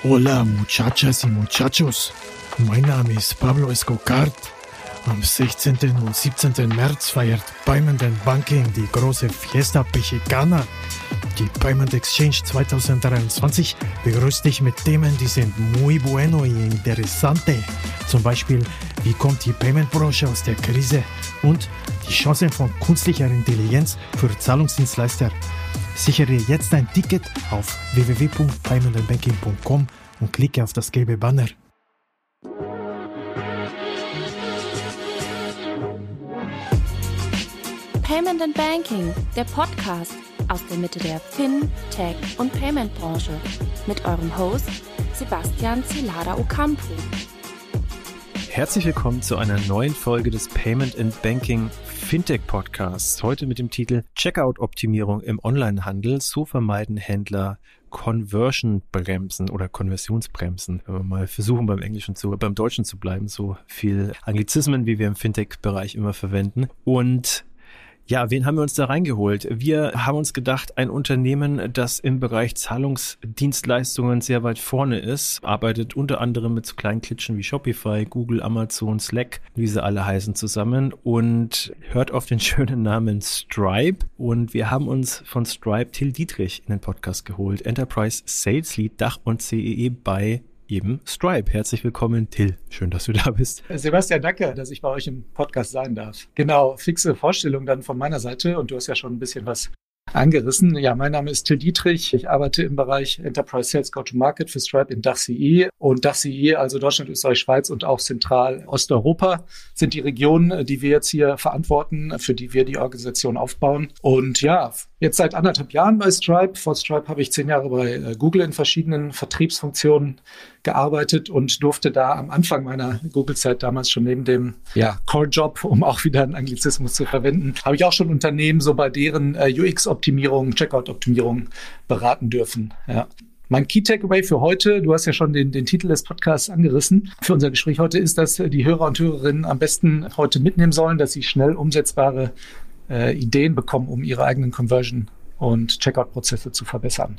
Hola muchachas y muchachos, mein Name ist Pablo Escocar. Am 16. und 17. März feiert Payment & Banking die große Fiesta Mexicana. Die Payment Exchange 2023 begrüßt dich mit Themen, die sind muy bueno y interesante. Zum Beispiel, wie kommt die Payment-Branche aus der Krise und die Chancen von künstlicher Intelligenz für Zahlungsdienstleister. Sichere jetzt ein Ticket auf www.paymentandbanking.com und klicke auf das gelbe Banner. Payment & Banking, der Podcast aus der Mitte der Fin-, Tech- und Payment-Branche mit eurem Host Sebastian Celada Ocampo. Herzlich willkommen zu einer neuen Folge des Payment & Banking Fintech Podcasts. Heute mit dem Titel Checkout-Optimierung im Onlinehandel. So vermeiden Händler Conversion-Bremsen oder Konversionsbremsen. Wenn wir mal versuchen, beim Deutschen zu bleiben, so viel Anglizismen, wie wir im Fintech-Bereich immer verwenden. Und ja, wen haben wir uns da reingeholt? Wir haben uns gedacht, ein Unternehmen, das im Bereich Zahlungsdienstleistungen sehr weit vorne ist, arbeitet unter anderem mit so kleinen Klitschen wie Shopify, Google, Amazon, Slack, wie sie alle heißen, zusammen und hört auf den schönen Namen Stripe. Und wir haben uns von Stripe Till Dietrich in den Podcast geholt, Enterprise Sales Lead Dach und CEE bei eben Stripe. Herzlich willkommen, Till. Schön, dass du da bist. Sebastian, danke, dass ich bei euch im Podcast sein darf. Genau, fixe Vorstellung dann von meiner Seite und du hast ja schon ein bisschen was angerissen. Ja, mein Name ist Till Dietrich. Ich arbeite im Bereich Enterprise Sales Go-to-Market für Stripe in Dach CE. Und Dach CE, also Deutschland, Österreich, Schweiz und auch Zentral-Osteuropa, sind die Regionen, die wir jetzt hier verantworten, für die wir die Organisation aufbauen. Und ja, jetzt seit 1,5 Jahren bei Stripe. Vor Stripe habe ich 10 Jahre bei Google in verschiedenen Vertriebsfunktionen gearbeitet und durfte da am Anfang meiner Google-Zeit damals schon neben dem Core-Job, um auch wieder einen Anglizismus zu verwenden, habe ich auch schon Unternehmen so bei deren UX-Optimierung, Checkout-Optimierung beraten dürfen. Ja. Mein Key-Takeaway für heute, du hast ja schon den Titel des Podcasts angerissen, für unser Gespräch heute ist, dass die Hörer und Hörerinnen am besten heute mitnehmen sollen, dass sie schnell umsetzbare Ideen bekommen, um ihre eigenen Conversion- und Checkout-Prozesse zu verbessern.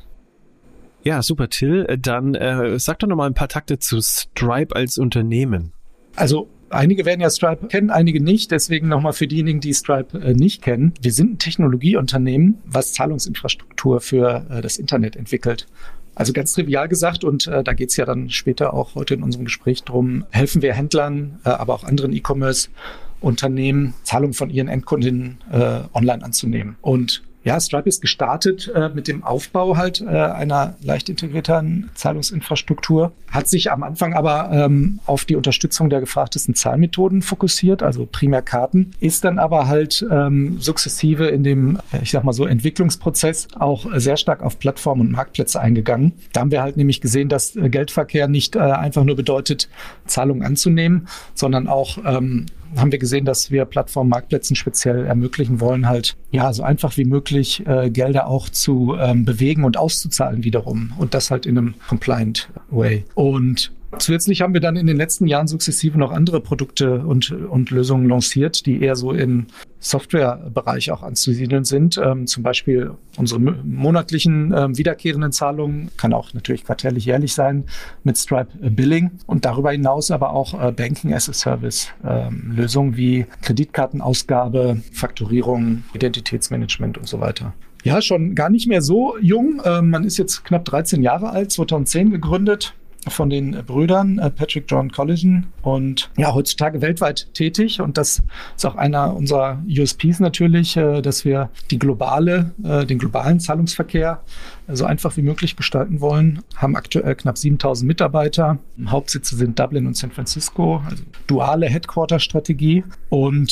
Ja, super, Till. Dann sag doch noch mal ein paar Takte zu Stripe als Unternehmen. Also einige werden ja Stripe kennen, einige nicht. Deswegen nochmal für diejenigen, die Stripe nicht kennen. Wir sind ein Technologieunternehmen, was Zahlungsinfrastruktur für das Internet entwickelt. Also ganz trivial gesagt, und da geht's ja dann später auch heute in unserem Gespräch drum, helfen wir Händlern, aber auch anderen E-Commerce-Unternehmen, Zahlungen von ihren Endkundinnen online anzunehmen. Und ja, Stripe ist gestartet mit dem Aufbau einer leicht integrierten Zahlungsinfrastruktur, hat sich am Anfang aber auf die Unterstützung der gefragtesten Zahlmethoden fokussiert, also primär Karten, ist dann aber sukzessive in dem, ich sag mal so, Entwicklungsprozess auch sehr stark auf Plattformen und Marktplätze eingegangen. Da haben wir nämlich gesehen, dass Geldverkehr nicht einfach nur bedeutet, Zahlungen anzunehmen, sondern auch haben wir gesehen, dass wir Plattformen, Marktplätzen speziell ermöglichen wollen, so einfach wie möglich Gelder auch zu bewegen und auszuzahlen wiederum. Und das in einem compliant way. Und zusätzlich haben wir dann in den letzten Jahren sukzessive noch andere Produkte und Lösungen lanciert, die eher so im Softwarebereich auch anzusiedeln sind. Zum Beispiel unsere monatlichen wiederkehrenden Zahlungen, kann auch natürlich quartärlich, jährlich sein, mit Stripe Billing. Und darüber hinaus aber auch Banking as a Service Lösungen wie Kreditkartenausgabe, Fakturierung, Identitätsmanagement und so weiter. Ja, schon gar nicht mehr so jung. Man ist jetzt knapp 13 Jahre alt, 2010 gegründet. Von den Brüdern Patrick John Collision und ja, heutzutage weltweit tätig. Und das ist auch einer unserer USPs natürlich, dass wir den globalen Zahlungsverkehr so einfach wie möglich gestalten wollen. Haben aktuell knapp 7.000 Mitarbeiter. Hauptsitze sind Dublin und San Francisco, also duale Headquarter-Strategie. Und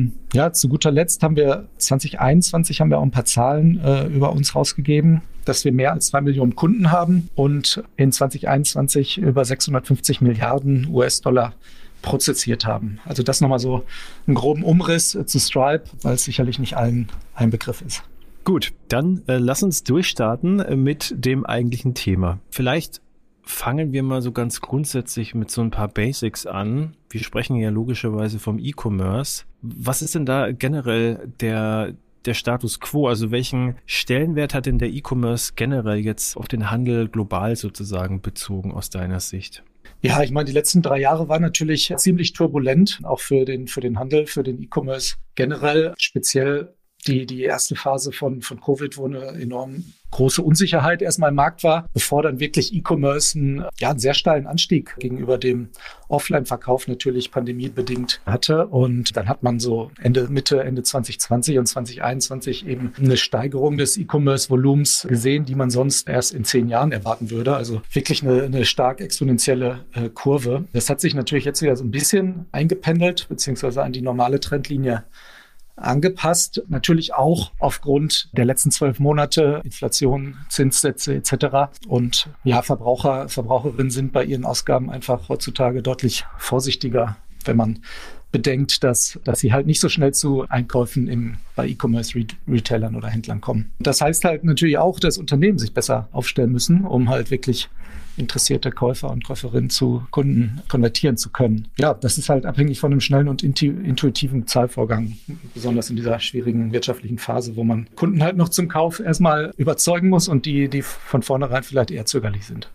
zu guter Letzt haben wir 2021 auch ein paar Zahlen über uns rausgegeben, dass wir mehr als 2 Millionen Kunden haben und in 2021 über 650 Milliarden US-Dollar prozessiert haben. Also das nochmal so einen groben Umriss zu Stripe, weil es sicherlich nicht allen ein Begriff ist. Gut, dann lass uns durchstarten mit dem eigentlichen Thema. Vielleicht fangen wir mal so ganz grundsätzlich mit so ein paar Basics an. Wir sprechen ja logischerweise vom E-Commerce. Was ist denn da generell der der Status quo? Also welchen Stellenwert hat denn der E-Commerce generell jetzt auf den Handel global sozusagen bezogen aus deiner Sicht? Ja, ich meine, die letzten 3 Jahre waren natürlich ziemlich turbulent, auch für den Handel, für den E-Commerce generell, speziell die erste Phase von Covid, wo eine enorm große Unsicherheit erstmal im Markt war, bevor dann wirklich E-Commerce einen sehr steilen Anstieg gegenüber dem Offline-Verkauf natürlich pandemiebedingt hatte. Und dann hat man so Ende 2020 und 2021 eben eine Steigerung des E-Commerce-Volumens gesehen, die man sonst erst in 10 Jahren erwarten würde. Also wirklich eine stark exponentielle Kurve. Das hat sich natürlich jetzt wieder so ein bisschen eingependelt, beziehungsweise an die normale Trendlinie angepasst, natürlich auch aufgrund der letzten 12 Monate, Inflation, Zinssätze etc. Und ja, Verbraucherinnen sind bei ihren Ausgaben einfach heutzutage deutlich vorsichtiger, wenn man bedenkt, dass sie halt nicht so schnell zu Einkäufen bei E-Commerce-Retailern oder Händlern kommen. Das heißt halt natürlich auch, dass Unternehmen sich besser aufstellen müssen, um halt wirklich interessierte Käufer und Käuferinnen zu Kunden konvertieren zu können. Ja, das ist halt abhängig von einem schnellen und intuitiven Bezahlvorgang, besonders in dieser schwierigen wirtschaftlichen Phase, wo man Kunden halt noch zum Kauf erstmal überzeugen muss und die von vornherein vielleicht eher zögerlich sind.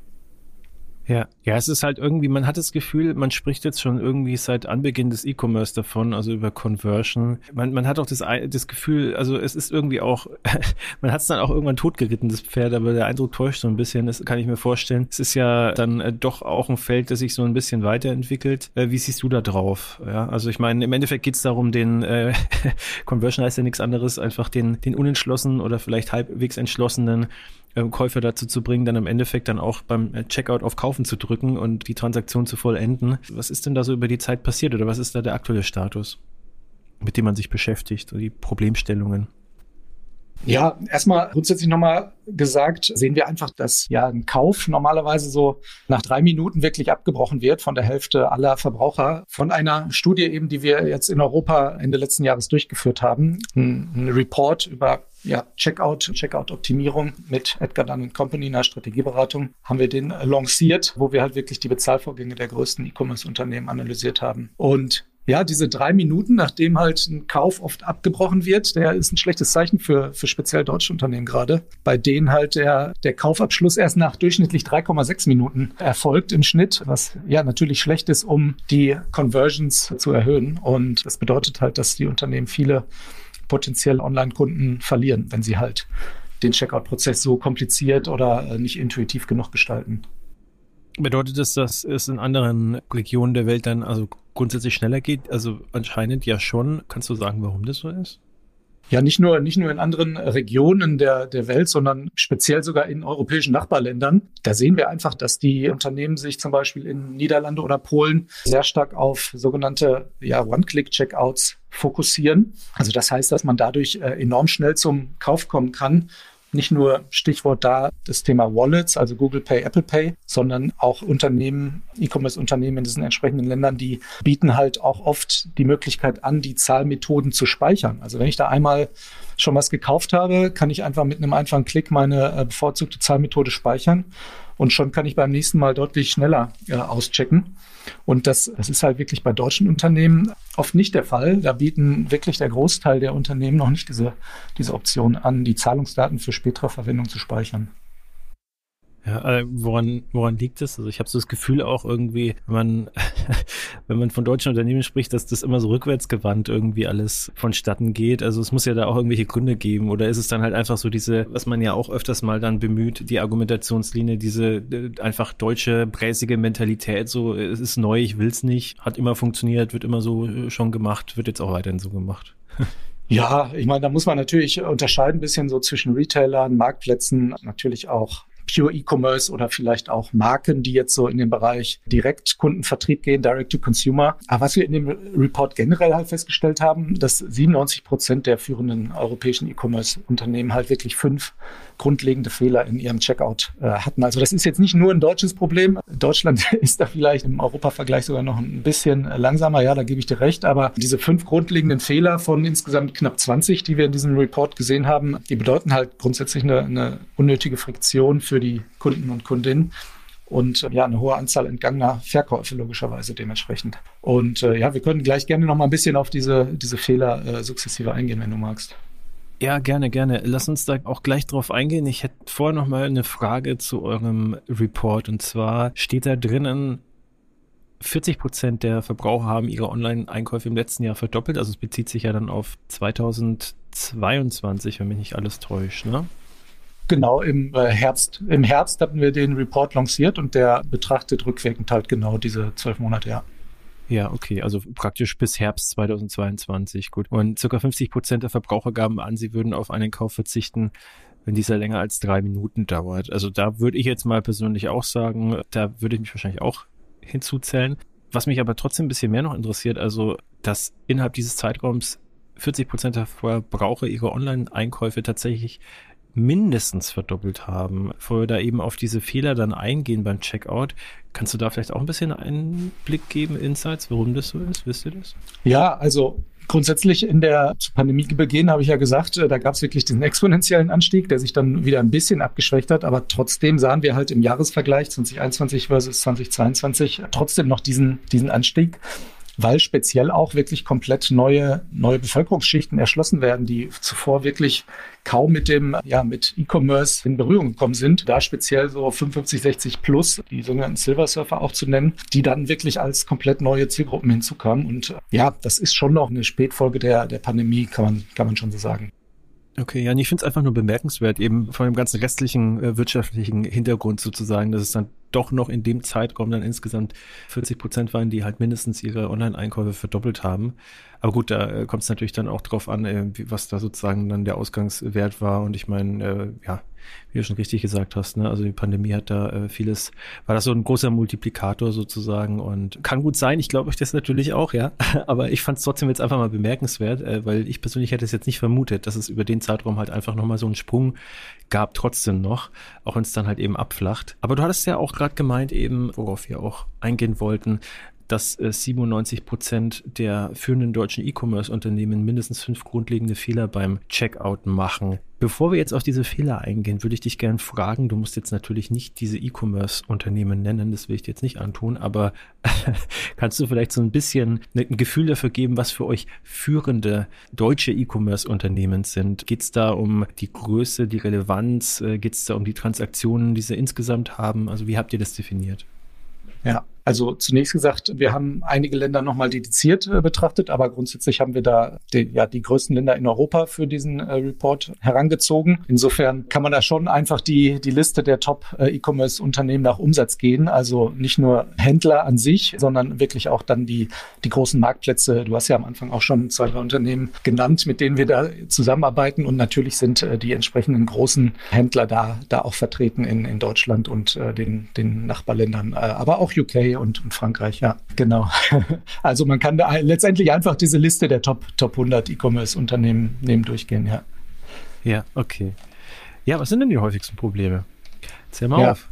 Ja, es ist halt irgendwie, man hat das Gefühl, man spricht jetzt schon irgendwie seit Anbeginn des E-Commerce davon, also über Conversion. Man hat auch das Gefühl, also es ist irgendwie auch, man hat es dann auch irgendwann totgeritten, das Pferd, aber der Eindruck täuscht so ein bisschen, das kann ich mir vorstellen. Es ist ja dann doch auch ein Feld, das sich so ein bisschen weiterentwickelt. Wie siehst du da drauf? Ja, also ich meine, im Endeffekt geht es darum, Conversion heißt ja nichts anderes, einfach den unentschlossenen oder vielleicht halbwegs entschlossenen Käufer dazu zu bringen, dann im Endeffekt dann auch beim Checkout auf Kaufen zu drücken und die Transaktion zu vollenden. Was ist denn da so über die Zeit passiert oder was ist da der aktuelle Status, mit dem man sich beschäftigt, die Problemstellungen? Ja, erstmal grundsätzlich nochmal gesagt, sehen wir einfach, dass ein Kauf normalerweise so nach 3 Minuten wirklich abgebrochen wird von der Hälfte aller Verbraucher. Von einer Studie eben, die wir jetzt in Europa Ende letzten Jahres durchgeführt haben, ein Report über Checkout-Optimierung mit Edgar Dunn & Company, einer Strategieberatung, haben wir den lanciert, wo wir halt wirklich die Bezahlvorgänge der größten E-Commerce-Unternehmen analysiert haben. Und ja, diese 3 Minuten, nachdem halt ein Kauf oft abgebrochen wird, der ist ein schlechtes Zeichen für speziell deutsche Unternehmen gerade, bei denen halt der Kaufabschluss erst nach durchschnittlich 3,6 Minuten erfolgt im Schnitt, was ja natürlich schlecht ist, um die Conversions zu erhöhen. Und das bedeutet halt, dass die Unternehmen viele potenzielle Online-Kunden verlieren, wenn sie halt den Checkout-Prozess so kompliziert oder nicht intuitiv genug gestalten. Bedeutet das, dass es in anderen Regionen der Welt dann also grundsätzlich schneller geht? Also anscheinend ja schon. Kannst du sagen, warum das so ist? Ja, nicht nur in anderen Regionen der Welt, sondern speziell sogar in europäischen Nachbarländern. Da sehen wir einfach, dass die Unternehmen sich zum Beispiel in Niederlande oder Polen sehr stark auf sogenannte One-Click-Checkouts fokussieren. Also das heißt, dass man dadurch enorm schnell zum Kauf kommen kann. Nicht nur Stichwort da das Thema Wallets, also Google Pay, Apple Pay, sondern auch Unternehmen, E-Commerce-Unternehmen in diesen entsprechenden Ländern, die bieten halt auch oft die Möglichkeit an, die Zahlmethoden zu speichern. Also wenn ich da einmal schon was gekauft habe, kann ich einfach mit einem einfachen Klick meine bevorzugte Zahlmethode speichern und schon kann ich beim nächsten Mal deutlich schneller auschecken. Und das ist halt wirklich bei deutschen Unternehmen oft nicht der Fall. Da bieten wirklich der Großteil der Unternehmen noch nicht diese Option an, die Zahlungsdaten für spätere Verwendung zu speichern. Ja, woran liegt das? Also ich habe so das Gefühl auch irgendwie, wenn man von deutschen Unternehmen spricht, dass das immer so rückwärtsgewandt irgendwie alles vonstatten geht. Also es muss ja da auch irgendwelche Gründe geben. Oder ist es dann halt einfach so was man ja auch öfters mal dann bemüht, die Argumentationslinie, diese einfach deutsche, bräsige Mentalität, so es ist neu, ich will's nicht, hat immer funktioniert, wird immer so schon gemacht, wird jetzt auch weiterhin so gemacht. Ja, ich meine, da muss man natürlich unterscheiden ein bisschen so zwischen Retailern, Marktplätzen, natürlich auch Pure E-Commerce oder vielleicht auch Marken, die jetzt so in den Bereich Direktkundenvertrieb gehen, Direct to Consumer. Aber was wir in dem Report generell halt festgestellt haben, dass 97% der führenden europäischen E-Commerce-Unternehmen halt wirklich 5 grundlegende Fehler in ihrem Checkout hatten. Also das ist jetzt nicht nur ein deutsches Problem. Deutschland ist da vielleicht im Europavergleich sogar noch ein bisschen langsamer. Ja, da gebe ich dir recht. Aber diese 5 grundlegenden Fehler von insgesamt knapp 20, die wir in diesem Report gesehen haben, die bedeuten halt grundsätzlich eine unnötige Friktion für die Kunden und Kundinnen und eine hohe Anzahl entgangener Verkäufe logischerweise dementsprechend. Und wir können gleich gerne noch mal ein bisschen auf diese Fehler sukzessive eingehen, wenn du magst. Ja, gerne. Lass uns da auch gleich drauf eingehen. Ich hätte vorher noch mal eine Frage zu eurem Report. Und zwar steht da drinnen, 40% der Verbraucher haben ihre Online-Einkäufe im letzten Jahr verdoppelt. Also es bezieht sich ja dann auf 2022, wenn mich nicht alles täuscht, ne? Genau, im Herbst. Im Herbst hatten wir den Report lanciert und der betrachtet rückwirkend halt genau diese 12 Monate, ja. Ja, okay, also praktisch bis Herbst 2022, gut. Und ca. 50% der Verbraucher gaben an, sie würden auf einen Kauf verzichten, wenn dieser länger als 3 Minuten dauert. Also da würde ich jetzt mal persönlich auch sagen, da würde ich mich wahrscheinlich auch hinzuzählen. Was mich aber trotzdem ein bisschen mehr noch interessiert, also dass innerhalb dieses Zeitraums 40% der Verbraucher ihre Online-Einkäufe tatsächlich mindestens verdoppelt haben. Bevor wir da eben auf diese Fehler dann eingehen beim Checkout, kannst du da vielleicht auch ein bisschen Einblick geben, Insights, warum das so ist? Wisst ihr das? Ja, also grundsätzlich zu Pandemiebeginn habe ich ja gesagt, da gab es wirklich diesen exponentiellen Anstieg, der sich dann wieder ein bisschen abgeschwächt hat, aber trotzdem sahen wir halt im Jahresvergleich 2021 versus 2022 trotzdem noch diesen Anstieg, weil speziell auch wirklich komplett neue Bevölkerungsschichten erschlossen werden, die zuvor wirklich kaum mit E-Commerce in Berührung gekommen sind. Da speziell so 55, 60 plus, die sogenannten Silver Surfer auch zu nennen, die dann wirklich als komplett neue Zielgruppen hinzukamen. Und ja, das ist schon noch eine Spätfolge der Pandemie, kann man schon so sagen. Okay, ja, ich finde es einfach nur bemerkenswert, eben von dem ganzen restlichen wirtschaftlichen Hintergrund sozusagen, dass es dann doch noch in dem Zeitraum dann insgesamt 40% waren, die halt mindestens ihre Online-Einkäufe verdoppelt haben. Aber gut, da kommt es natürlich dann auch drauf an, was da sozusagen dann der Ausgangswert war. Und ich meine, wie du schon richtig gesagt hast, ne, also die Pandemie hat da war das so ein großer Multiplikator sozusagen und kann gut sein, ich glaube euch das natürlich auch, ja, aber ich fand es trotzdem jetzt einfach mal bemerkenswert, weil ich persönlich hätte es jetzt nicht vermutet, dass es über den Zeitraum halt einfach nochmal so einen Sprung gab, trotzdem noch, auch wenn es dann halt eben abflacht. Aber du hattest ja auch gerade gemeint eben, worauf wir auch eingehen wollten, dass 97% der führenden deutschen E-Commerce-Unternehmen mindestens 5 grundlegende Fehler beim Checkout machen. Bevor wir jetzt auf diese Fehler eingehen, würde ich dich gerne fragen, du musst jetzt natürlich nicht diese E-Commerce-Unternehmen nennen, das will ich dir jetzt nicht antun, aber kannst du vielleicht so ein bisschen ein Gefühl dafür geben, was für euch führende deutsche E-Commerce-Unternehmen sind? Geht es da um die Größe, die Relevanz? Geht es da um die Transaktionen, die sie insgesamt haben? Also wie habt ihr das definiert? Ja, also zunächst gesagt, wir haben einige Länder nochmal dediziert betrachtet, aber grundsätzlich haben wir da die größten Länder in Europa für diesen Report herangezogen. Insofern kann man da schon einfach die Liste der Top-E-Commerce-Unternehmen nach Umsatz gehen. Also nicht nur Händler an sich, sondern wirklich auch dann die großen Marktplätze. Du hast ja am Anfang auch schon 2, 3 Unternehmen genannt, mit denen wir da zusammenarbeiten. Und natürlich sind die entsprechenden großen Händler da auch vertreten in Deutschland und den Nachbarländern, aber auch UK und Frankreich, ja, genau. Also man kann da letztendlich einfach diese Liste der Top 100 E-Commerce-Unternehmen durchgehen, ja. Ja, okay. Ja, was sind denn die häufigsten Probleme? Zähl mal auf.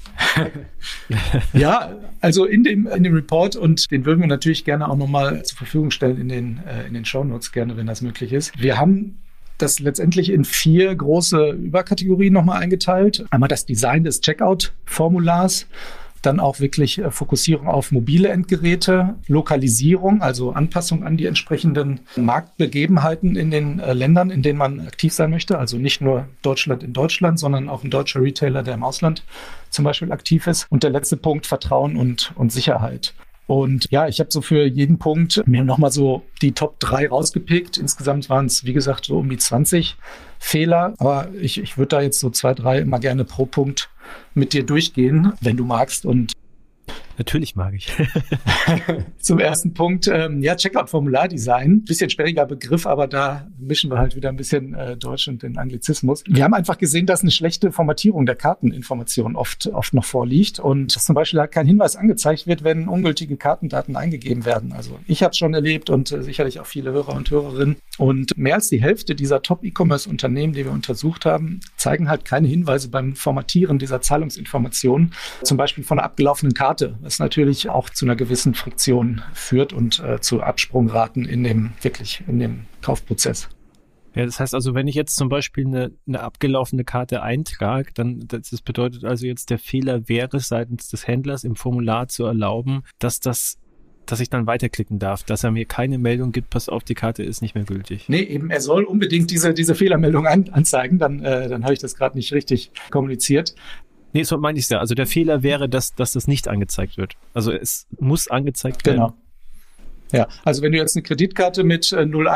Ja, also in dem Report, und den würden wir natürlich gerne auch nochmal zur Verfügung stellen in den Shownotes, gerne, wenn das möglich ist. Wir haben das letztendlich in 4 große Überkategorien nochmal eingeteilt. Einmal das Design des Checkout-Formulars, dann auch wirklich Fokussierung auf mobile Endgeräte, Lokalisierung, also Anpassung an die entsprechenden Marktbegebenheiten in den Ländern, in denen man aktiv sein möchte. Also nicht nur Deutschland in Deutschland, sondern auch ein deutscher Retailer, der im Ausland zum Beispiel aktiv ist. Und der letzte Punkt, Vertrauen und Sicherheit. Und ja, ich habe so für jeden Punkt mir nochmal so die Top 3 rausgepickt. Insgesamt waren es, wie gesagt, so um die 20 Fehler. Aber ich würde da jetzt so 2, 3 immer gerne pro Punkt mit dir durchgehen, wenn du magst. Und natürlich mag ich. Zum ersten Punkt, Checkout-Formulardesign. Bisschen sperriger Begriff, aber da mischen wir halt wieder ein bisschen Deutsch und den Anglizismus. Wir haben einfach gesehen, dass eine schlechte Formatierung der Karteninformation oft noch vorliegt und dass zum Beispiel halt kein Hinweis angezeigt wird, wenn ungültige Kartendaten eingegeben werden. Also ich habe es schon erlebt und sicherlich auch viele Hörer und Hörerinnen. Und mehr als die Hälfte dieser Top-E-Commerce-Unternehmen, die wir untersucht haben, zeigen halt keine Hinweise beim Formatieren dieser Zahlungsinformationen, zum Beispiel von einer abgelaufenen Karte, was natürlich auch zu einer gewissen Friktion führt und zu Absprungraten in dem Kaufprozess. Ja, das heißt also, wenn ich jetzt zum Beispiel eine abgelaufene Karte eintrage, dann das bedeutet also jetzt, der Fehler wäre seitens des Händlers im Formular zu erlauben, dass das dass ich dann weiterklicken darf, dass er mir keine Meldung gibt, pass auf, die Karte ist nicht mehr gültig. Nee, eben, er soll unbedingt diese Fehlermeldung anzeigen, dann habe ich das gerade nicht richtig kommuniziert. Nee, so meine ich es ja. Also der Fehler wäre, dass das nicht angezeigt wird. Also es muss angezeigt werden. Genau. Ja, also wenn du jetzt eine Kreditkarte mit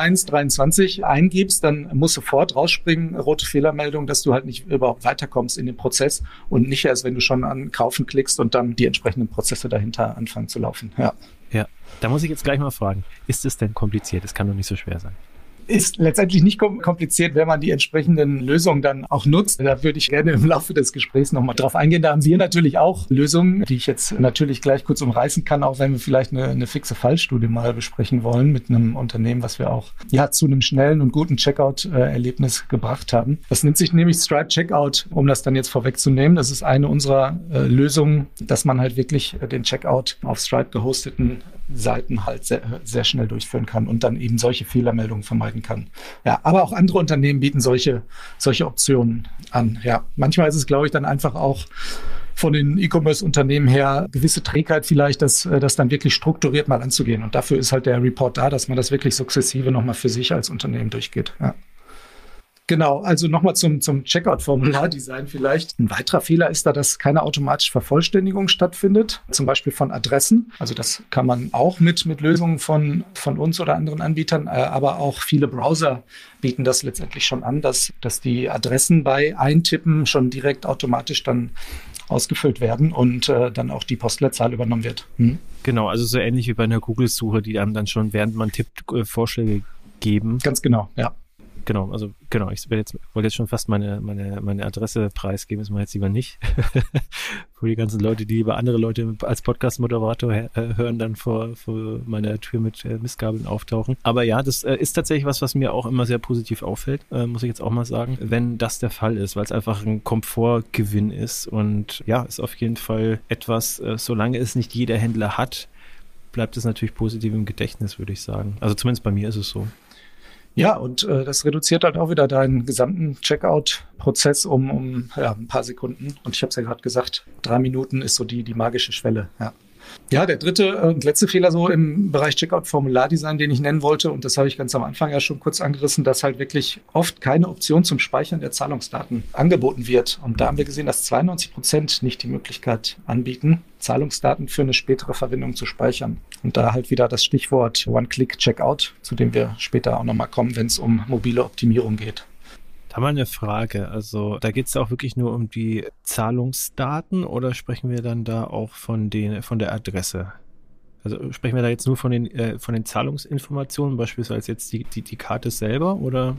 0123 eingibst, dann muss sofort rausspringen, rote Fehlermeldung, dass du halt nicht überhaupt weiterkommst in den Prozess und nicht erst, wenn du schon an Kaufen klickst und dann die entsprechenden Prozesse dahinter anfangen zu laufen. Ja. Ja, da muss ich jetzt gleich mal fragen, ist es denn kompliziert? Es kann doch nicht so schwer sein. Ist letztendlich nicht kompliziert, wenn man die entsprechenden Lösungen dann auch nutzt. Da würde ich gerne im Laufe des Gesprächs nochmal drauf eingehen. Da haben wir natürlich auch Lösungen, die ich jetzt natürlich gleich kurz umreißen kann, auch wenn wir vielleicht eine fixe Fallstudie mal besprechen wollen mit einem Unternehmen, was wir auch zu einem schnellen und guten Checkout-Erlebnis gebracht haben. Das nennt sich nämlich Stripe Checkout, um das dann jetzt vorwegzunehmen. Das ist eine unserer Lösungen, dass man halt wirklich den Checkout auf Stripe gehosteten Seiten halt sehr, sehr schnell durchführen kann und dann eben solche Fehlermeldungen vermeiden kann. Ja, aber auch andere Unternehmen bieten solche Optionen an. Ja, manchmal ist es, glaube ich, dann einfach auch von den E-Commerce-Unternehmen her gewisse Trägheit vielleicht, das dann wirklich strukturiert mal anzugehen. Und dafür ist halt der Report da, dass man das wirklich sukzessive nochmal für sich als Unternehmen durchgeht. Ja. Genau, also nochmal zum Checkout-Formular-Design vielleicht. Ein weiterer Fehler ist da, dass keine automatische Vervollständigung stattfindet, zum Beispiel von Adressen. Also das kann man auch mit Lösungen von uns oder anderen Anbietern, aber auch viele Browser bieten das letztendlich schon an, dass die Adressen bei Eintippen schon direkt automatisch dann ausgefüllt werden und dann auch die Postleitzahl übernommen wird. Genau, also so ähnlich wie bei einer Google-Suche, die einem dann schon, während man tippt, Vorschläge geben. Ganz genau, ja. Genau, ich wollte jetzt schon fast meine Adresse preisgeben, das mache ich jetzt lieber nicht. Wo die ganzen Leute, die lieber andere Leute als Podcast-Moderator hören, dann vor meiner Tür mit Mistgabeln auftauchen. Aber ja, das ist tatsächlich was mir auch immer sehr positiv auffällt, muss ich jetzt auch mal sagen, wenn das der Fall ist, weil es einfach ein Komfortgewinn ist und ja, ist auf jeden Fall etwas, solange es nicht jeder Händler hat, bleibt es natürlich positiv im Gedächtnis, würde ich sagen. Also zumindest bei mir ist es so. Ja, und das reduziert halt auch wieder deinen gesamten Checkout-Prozess um ein paar Sekunden. Und ich habe es ja gerade gesagt, 3 Minuten ist so die magische Schwelle. Ja, der dritte und letzte Fehler so im Bereich Checkout-Formulardesign, den ich nennen wollte, und das habe ich ganz am Anfang ja schon kurz angerissen, dass halt wirklich oft keine Option zum Speichern der Zahlungsdaten angeboten wird. Und da haben wir gesehen, dass 92% nicht die Möglichkeit anbieten, Zahlungsdaten für eine spätere Verwendung zu speichern. Und da halt wieder das Stichwort One-Click-Checkout, zu dem wir später auch nochmal kommen, wenn es um mobile Optimierung geht. Da mal eine Frage, also da geht es auch wirklich nur um die Zahlungsdaten oder sprechen wir dann da auch von der Adresse? Also sprechen wir da jetzt nur von den Zahlungsinformationen, beispielsweise jetzt die Karte selber oder?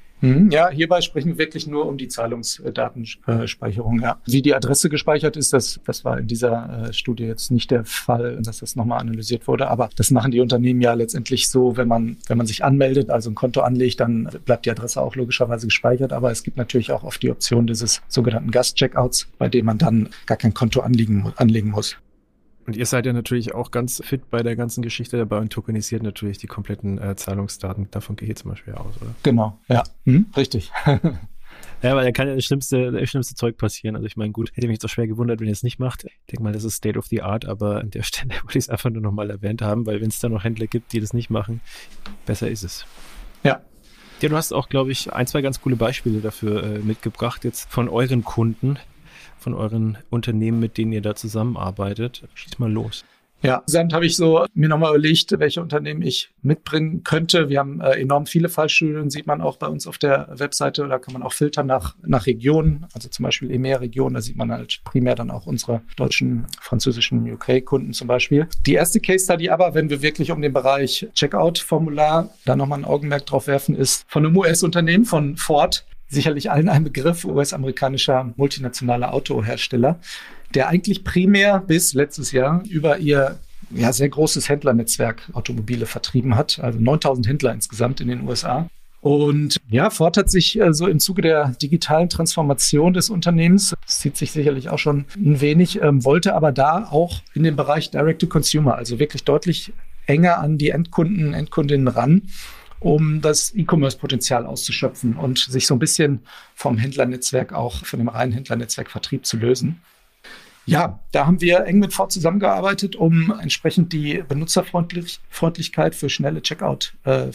Ja, hierbei sprechen wir wirklich nur um die Zahlungsdatenspeicherung. Ja. Wie die Adresse gespeichert ist, das war in dieser Studie jetzt nicht der Fall, dass das nochmal analysiert wurde. Aber das machen die Unternehmen ja letztendlich so, wenn man sich anmeldet, also ein Konto anlegt, dann bleibt die Adresse auch logischerweise gespeichert. Aber es gibt natürlich auch oft die Option dieses sogenannten Gast-Checkouts, bei dem man dann gar kein Konto anlegen muss. Und ihr seid ja natürlich auch ganz fit bei der ganzen Geschichte dabei und tokenisiert natürlich die kompletten Zahlungsdaten. Davon gehe ich zum Beispiel aus, oder? Genau, ja, richtig. Ja, weil da kann ja das schlimmste Zeug passieren. Also ich meine, gut, hätte mich jetzt auch schwer gewundert, wenn ihr es nicht macht. Ich denke mal, das ist State of the Art, aber an der Stelle wollte ich es einfach nur nochmal erwähnt haben, weil wenn es da noch Händler gibt, die das nicht machen, besser ist es. Ja. Ja, du hast auch, glaube ich, 1, 2 ganz coole Beispiele dafür mitgebracht, jetzt von euren Kunden, von euren Unternehmen, mit denen ihr da zusammenarbeitet. Schieß mal los. Ja, insgesamt habe ich so mir nochmal überlegt, welche Unternehmen ich mitbringen könnte. Wir haben enorm viele Fallstudien, sieht man auch bei uns auf der Webseite. Da kann man auch filtern nach Regionen, also zum Beispiel EMEA-Region. Da sieht man halt primär dann auch unsere deutschen, französischen UK-Kunden zum Beispiel. Die erste Case-Study aber, wenn wir wirklich um den Bereich Checkout-Formular da nochmal ein Augenmerk drauf werfen, ist von einem US-Unternehmen, von Ford. Sicherlich allen ein Begriff, US-amerikanischer multinationaler Autohersteller, der eigentlich primär bis letztes Jahr über ihr sehr großes Händlernetzwerk Automobile vertrieben hat, also 9.000 Händler insgesamt in den USA. Und ja, Ford hat sich so im Zuge der digitalen Transformation des Unternehmens, das zieht sich sicherlich auch schon ein wenig, wollte aber da auch in den Bereich Direct-to-Consumer, also wirklich deutlich enger an die Endkundinnen ran, um das E-Commerce-Potenzial auszuschöpfen und sich so ein bisschen vom Händlernetzwerk auch, von dem reinen Händlernetzwerk Vertrieb zu lösen. Ja, da haben wir eng mit Ford zusammengearbeitet, um entsprechend die Benutzerfreundlichkeit für schnelle Checkouts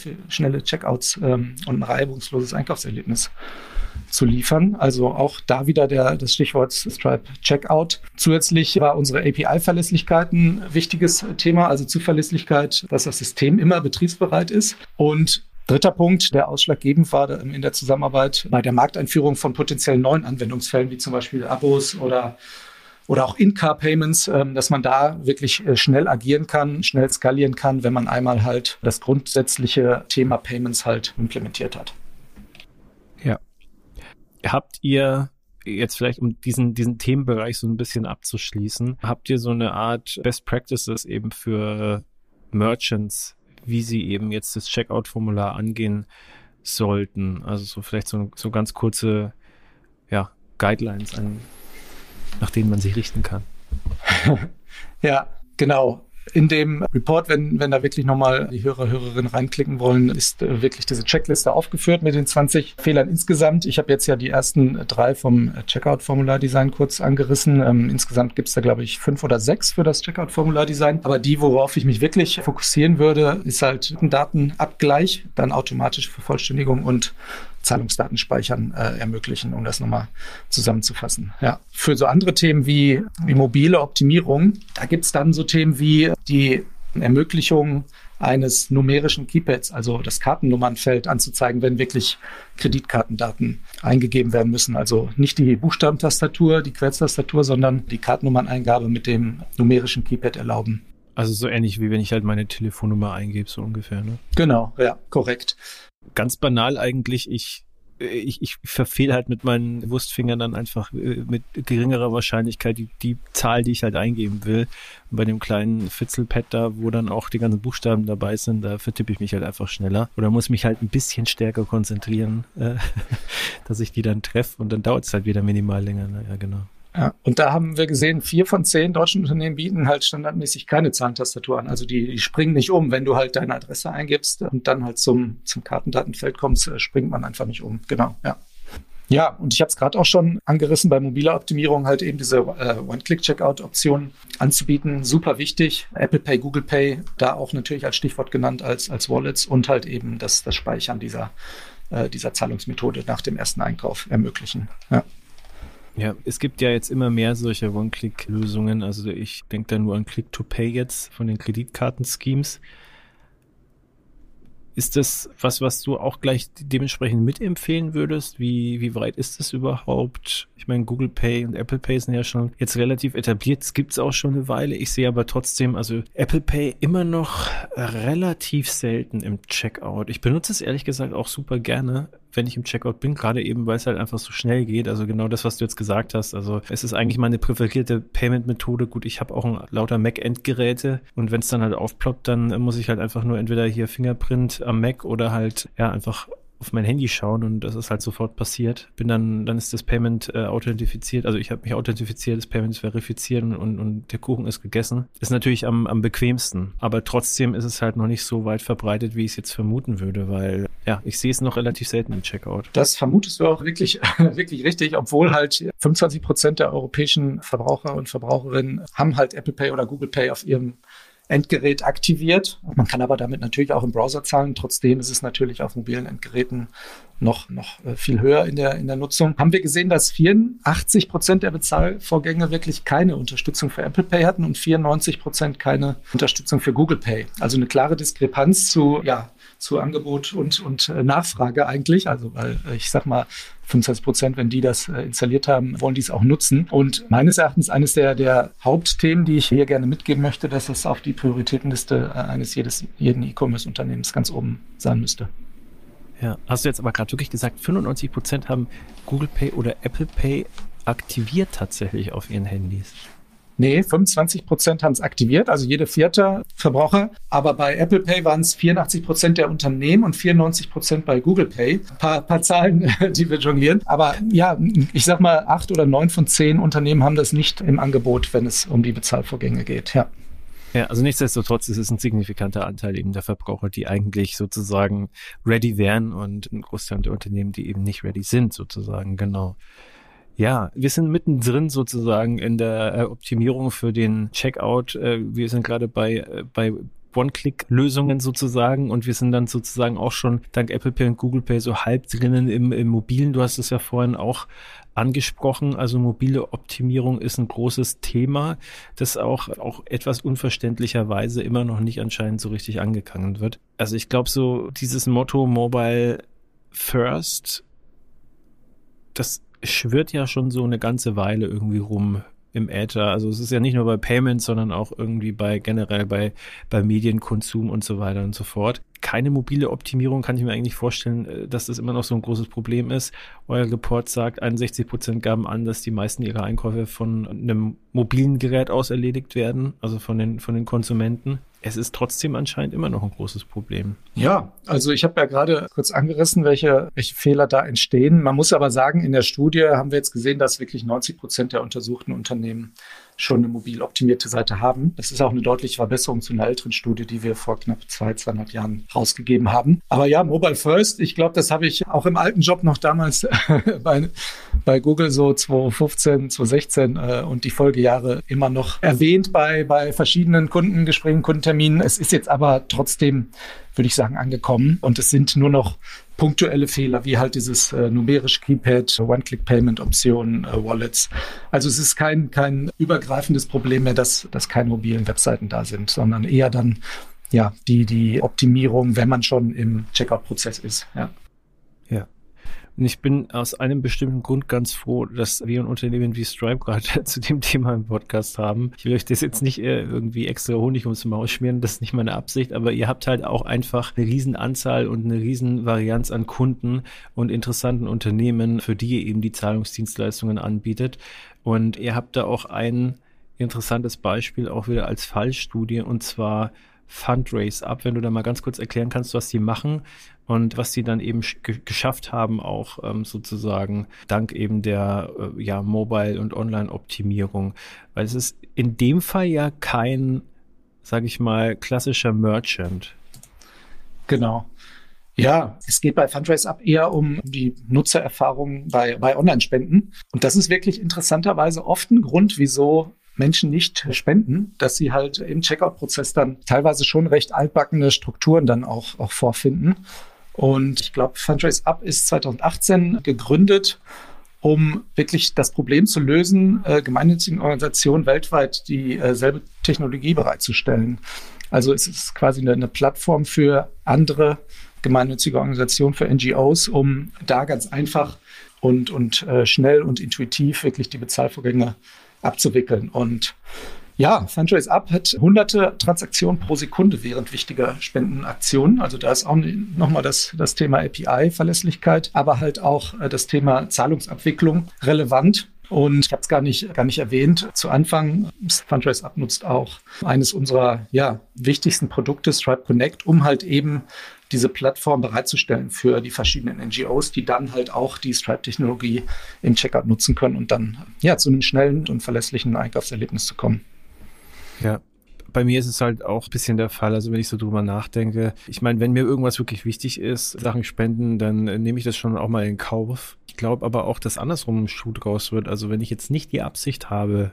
und ein reibungsloses Einkaufserlebnis zu liefern. Also auch da wieder das Stichwort Stripe Checkout. Zusätzlich war unsere API-Verlässlichkeit ein wichtiges Thema, also Zuverlässigkeit, dass das System immer betriebsbereit ist. Und dritter Punkt, der ausschlaggebend war in der Zusammenarbeit bei der Markteinführung von potenziellen neuen Anwendungsfällen, wie zum Beispiel Abos oder auch In-Car-Payments, dass man da wirklich schnell agieren kann, schnell skalieren kann, wenn man einmal halt das grundsätzliche Thema Payments halt implementiert hat. Ja. Habt ihr jetzt vielleicht, um diesen Themenbereich so ein bisschen abzuschließen, habt ihr so eine Art Best Practices eben für Merchants, wie sie eben jetzt das Checkout-Formular angehen sollten? Also so vielleicht so ganz kurze Guidelines, nach denen man sich richten kann. Ja, genau. In dem Report, wenn da wirklich nochmal die Hörerinnen reinklicken wollen, ist wirklich diese Checkliste aufgeführt mit den 20 Fehlern insgesamt. Ich habe jetzt ja die ersten 3 vom Checkout-Formular-Design kurz angerissen. Insgesamt gibt es da, glaube ich, 5 oder 6 für das Checkout-Formular-Design. Aber die, worauf ich mich wirklich fokussieren würde, ist halt Datenabgleich, dann automatische Vervollständigung und Zahlungsdaten speichern ermöglichen, um das nochmal zusammenzufassen. Ja. Für so andere Themen wie mobile Optimierung, da gibt es dann so Themen wie die Ermöglichung eines numerischen Keypads, also das Kartennummernfeld anzuzeigen, wenn wirklich Kreditkartendaten eingegeben werden müssen. Also nicht die Buchstabentastatur, die Querztastatur, sondern die Kartennummereingabe mit dem numerischen Keypad erlauben. Also so ähnlich wie wenn ich halt meine Telefonnummer eingebe, so ungefähr, ne? Genau, ja, korrekt. Ganz banal eigentlich, ich verfehle halt mit meinen Wurstfingern dann einfach mit geringerer Wahrscheinlichkeit die Zahl, die ich halt eingeben will. Und bei dem kleinen Fitzelpad da, wo dann auch die ganzen Buchstaben dabei sind, da vertippe ich mich halt einfach schneller. Oder muss mich halt ein bisschen stärker konzentrieren, dass ich die dann treffe, und dann dauert es halt wieder minimal länger. Ja, genau. Ja, und da haben wir gesehen, 4 von 10 deutschen Unternehmen bieten halt standardmäßig keine Zahlentastatur an. Also die springen nicht um. Wenn du halt deine Adresse eingibst und dann halt zum Kartendatenfeld kommst, springt man einfach nicht um. Genau, ja. Ja, und ich habe es gerade auch schon angerissen, bei mobiler Optimierung halt eben diese One-Click-Checkout-Option anzubieten. Super wichtig. Apple Pay, Google Pay, da auch natürlich als Stichwort genannt als Wallets, und halt eben das Speichern dieser Zahlungsmethode nach dem ersten Einkauf ermöglichen. Ja. Ja, es gibt ja jetzt immer mehr solche One-Click-Lösungen. Also ich denke da nur an Click-to-Pay jetzt von den Kreditkarten-Schemes. Ist das was du auch gleich dementsprechend mitempfehlen würdest? Wie weit ist das überhaupt? Ich meine, Google Pay und Apple Pay sind ja schon jetzt relativ etabliert. Das gibt's auch schon eine Weile. Ich sehe aber trotzdem, also Apple Pay immer noch relativ selten im Checkout. Ich benutze es ehrlich gesagt auch super gerne, wenn ich im Checkout bin, gerade eben, weil es halt einfach so schnell geht. Also genau das, was du jetzt gesagt hast. Also es ist eigentlich meine präferierte Payment-Methode. Gut, ich habe auch lauter Mac-Endgeräte, und wenn es dann halt aufploppt, dann muss ich halt einfach nur entweder hier Fingerprint am Mac oder halt einfach auf mein Handy schauen, und das ist halt sofort passiert. Dann ist das Payment authentifiziert. Also ich habe mich authentifiziert, das Payment ist verifiziert und der Kuchen ist gegessen. Ist natürlich am bequemsten, aber trotzdem ist es halt noch nicht so weit verbreitet, wie ich es jetzt vermuten würde, weil ich sehe es noch relativ selten im Checkout. Das vermutest du auch wirklich, wirklich richtig, obwohl halt 25% der europäischen Verbraucher und Verbraucherinnen haben halt Apple Pay oder Google Pay auf ihrem Endgerät aktiviert. Man kann aber damit natürlich auch im Browser zahlen. Trotzdem ist es natürlich auf mobilen Endgeräten noch viel höher in der Nutzung. Haben wir gesehen, dass 84% der Bezahlvorgänge wirklich keine Unterstützung für Apple Pay hatten und 94% keine Unterstützung für Google Pay. Also eine klare Diskrepanz zu Angebot und Nachfrage eigentlich. Also weil ich sag mal, 25%, wenn die das installiert haben, wollen die es auch nutzen. Und meines Erachtens eines der Hauptthemen, die ich hier gerne mitgeben möchte, dass es auf die Prioritätenliste eines jeden E-Commerce-Unternehmens ganz oben sein müsste. Ja, hast du jetzt aber gerade wirklich gesagt, 95% haben Google Pay oder Apple Pay aktiviert tatsächlich auf ihren Handys? Nee, 25% haben es aktiviert, also jede vierte Verbraucher. Aber bei Apple Pay waren es 84% der Unternehmen und 94% bei Google Pay. Paar Zahlen, die wir jonglieren. Aber ja, ich sag mal, 8 oder 9 von 10 Unternehmen haben das nicht im Angebot, wenn es um die Bezahlvorgänge geht. Ja. Ja, also nichtsdestotrotz ist es ein signifikanter Anteil eben der Verbraucher, die eigentlich sozusagen ready wären, und ein Großteil der Unternehmen, die eben nicht ready sind, sozusagen, genau. Ja, wir sind mittendrin sozusagen in der Optimierung für den Checkout. Wir sind gerade bei One-Click-Lösungen sozusagen und wir sind dann sozusagen auch schon dank Apple Pay und Google Pay so halb drinnen im Mobilen. Du hast es ja vorhin auch angesprochen. Also mobile Optimierung ist ein großes Thema, das auch etwas unverständlicherweise immer noch nicht anscheinend so richtig angegangen wird. Also ich glaube so dieses Motto Mobile First, das schwirrt ja schon so eine ganze Weile irgendwie rum im Äther. Also es ist ja nicht nur bei Payments, sondern auch irgendwie generell bei Medienkonsum und so weiter und so fort. Keine mobile Optimierung kann ich mir eigentlich vorstellen, dass das immer noch so ein großes Problem ist. Euer Report sagt, 61% gaben an, dass die meisten ihrer Einkäufe von einem mobilen Gerät aus erledigt werden, also von den Konsumenten. Es ist trotzdem anscheinend immer noch ein großes Problem. Ja, also ich habe ja gerade kurz angerissen, welche Fehler da entstehen. Man muss aber sagen, in der Studie haben wir jetzt gesehen, dass wirklich 90% der untersuchten Unternehmen schon eine mobil optimierte Seite haben. Das ist auch eine deutliche Verbesserung zu einer älteren Studie, die wir vor knapp 2,5 Jahren rausgegeben haben. Aber ja, Mobile First, ich glaube, das habe ich auch im alten Job noch damals bei Google so 2015, 2016 und die Folgejahre immer noch erwähnt bei verschiedenen Kundengesprächen, Kundenterminen. Es ist jetzt aber trotzdem, würde ich sagen, angekommen und es sind nur noch punktuelle Fehler, wie halt dieses numerische Keypad, One-Click-Payment-Optionen, Wallets. Also es ist kein übergreifendes Problem mehr, dass keine mobilen Webseiten da sind, sondern eher dann ja die Optimierung, wenn man schon im Checkout-Prozess ist. Ja. Ja. Und ich bin aus einem bestimmten Grund ganz froh, dass wir ein Unternehmen wie Stripe gerade zu dem Thema im Podcast haben. Ich will euch das jetzt nicht irgendwie extra Honig ums Maul schmieren, das ist nicht meine Absicht, aber ihr habt halt auch einfach eine riesen Anzahl und eine riesen Varianz an Kunden und interessanten Unternehmen, für die ihr eben die Zahlungsdienstleistungen anbietet. Und ihr habt da auch ein interessantes Beispiel auch wieder als Fallstudie, und zwar Fundraise Up, wenn du da mal ganz kurz erklären kannst, was die machen und was sie dann eben geschafft haben, auch sozusagen dank eben der Mobile- und Online-Optimierung. Weil es ist in dem Fall ja kein, sage ich mal, klassischer Merchant. Genau. Ja, es geht bei Fundraise Up eher um die Nutzererfahrung bei Online-Spenden. Und das ist wirklich interessanterweise oft ein Grund, wieso Menschen nicht spenden, dass sie halt im Checkout-Prozess dann teilweise schon recht altbackene Strukturen dann auch vorfinden. Und ich glaube, Fundraise Up ist 2018 gegründet, um wirklich das Problem zu lösen, gemeinnützigen Organisationen weltweit dieselbe Technologie bereitzustellen. Also es ist quasi eine Plattform für andere gemeinnützige Organisationen, für NGOs, um da ganz einfach und schnell und intuitiv wirklich die Bezahlvorgänge abzuwickeln. Und ja, Fundraise Up hat hunderte Transaktionen pro Sekunde während wichtiger Spendenaktionen. Also da ist auch nochmal das Thema API-Verlässlichkeit, aber halt auch das Thema Zahlungsabwicklung relevant. Und ich habe es gar nicht erwähnt. Zu Anfang, Fundraise Up nutzt auch eines unserer wichtigsten Produkte, Stripe Connect, um halt eben diese Plattform bereitzustellen für die verschiedenen NGOs, die dann halt auch die Stripe-Technologie im Checkout nutzen können und dann zu einem schnellen und verlässlichen Einkaufserlebnis zu kommen. Ja. Bei mir ist es halt auch ein bisschen der Fall, also wenn ich so drüber nachdenke, ich meine, wenn mir irgendwas wirklich wichtig ist, Sachen spenden, dann nehme ich das schon auch mal in Kauf. Ich glaube aber auch, dass andersrum ein Schuh draus wird. Also wenn ich jetzt nicht die Absicht habe,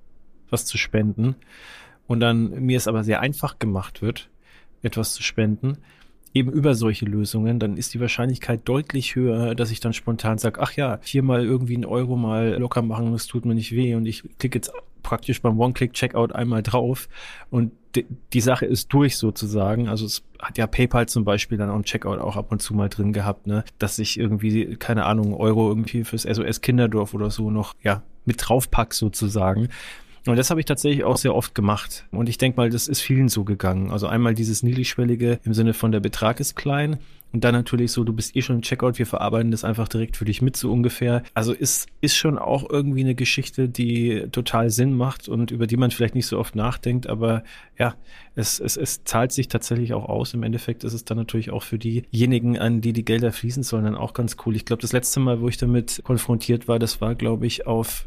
was zu spenden und dann mir es aber sehr einfach gemacht wird, etwas zu spenden, eben über solche Lösungen, dann ist die Wahrscheinlichkeit deutlich höher, dass ich dann spontan sage, ach ja, hier mal irgendwie einen Euro mal locker machen, das tut mir nicht weh und ich klicke jetzt praktisch beim One-Click-Checkout einmal drauf und die Sache ist durch sozusagen. Also es hat ja PayPal zum Beispiel dann auch im Checkout auch ab und zu mal drin gehabt, ne, dass ich irgendwie, keine Ahnung, Euro irgendwie fürs SOS Kinderdorf oder so noch, mit draufpack sozusagen. Und das habe ich tatsächlich auch sehr oft gemacht. Und ich denke mal, das ist vielen so gegangen. Also einmal dieses Niedrigschwellige im Sinne von der Betrag ist klein. Und dann natürlich so, du bist schon im Checkout, wir verarbeiten das einfach direkt für dich mit, so ungefähr. Also ist schon auch irgendwie eine Geschichte, die total Sinn macht und über die man vielleicht nicht so oft nachdenkt. Aber ja, es zahlt sich tatsächlich auch aus. Im Endeffekt ist es dann natürlich auch für diejenigen, an die Gelder fließen sollen, dann auch ganz cool. Ich glaube, das letzte Mal, wo ich damit konfrontiert war, das war, glaube ich,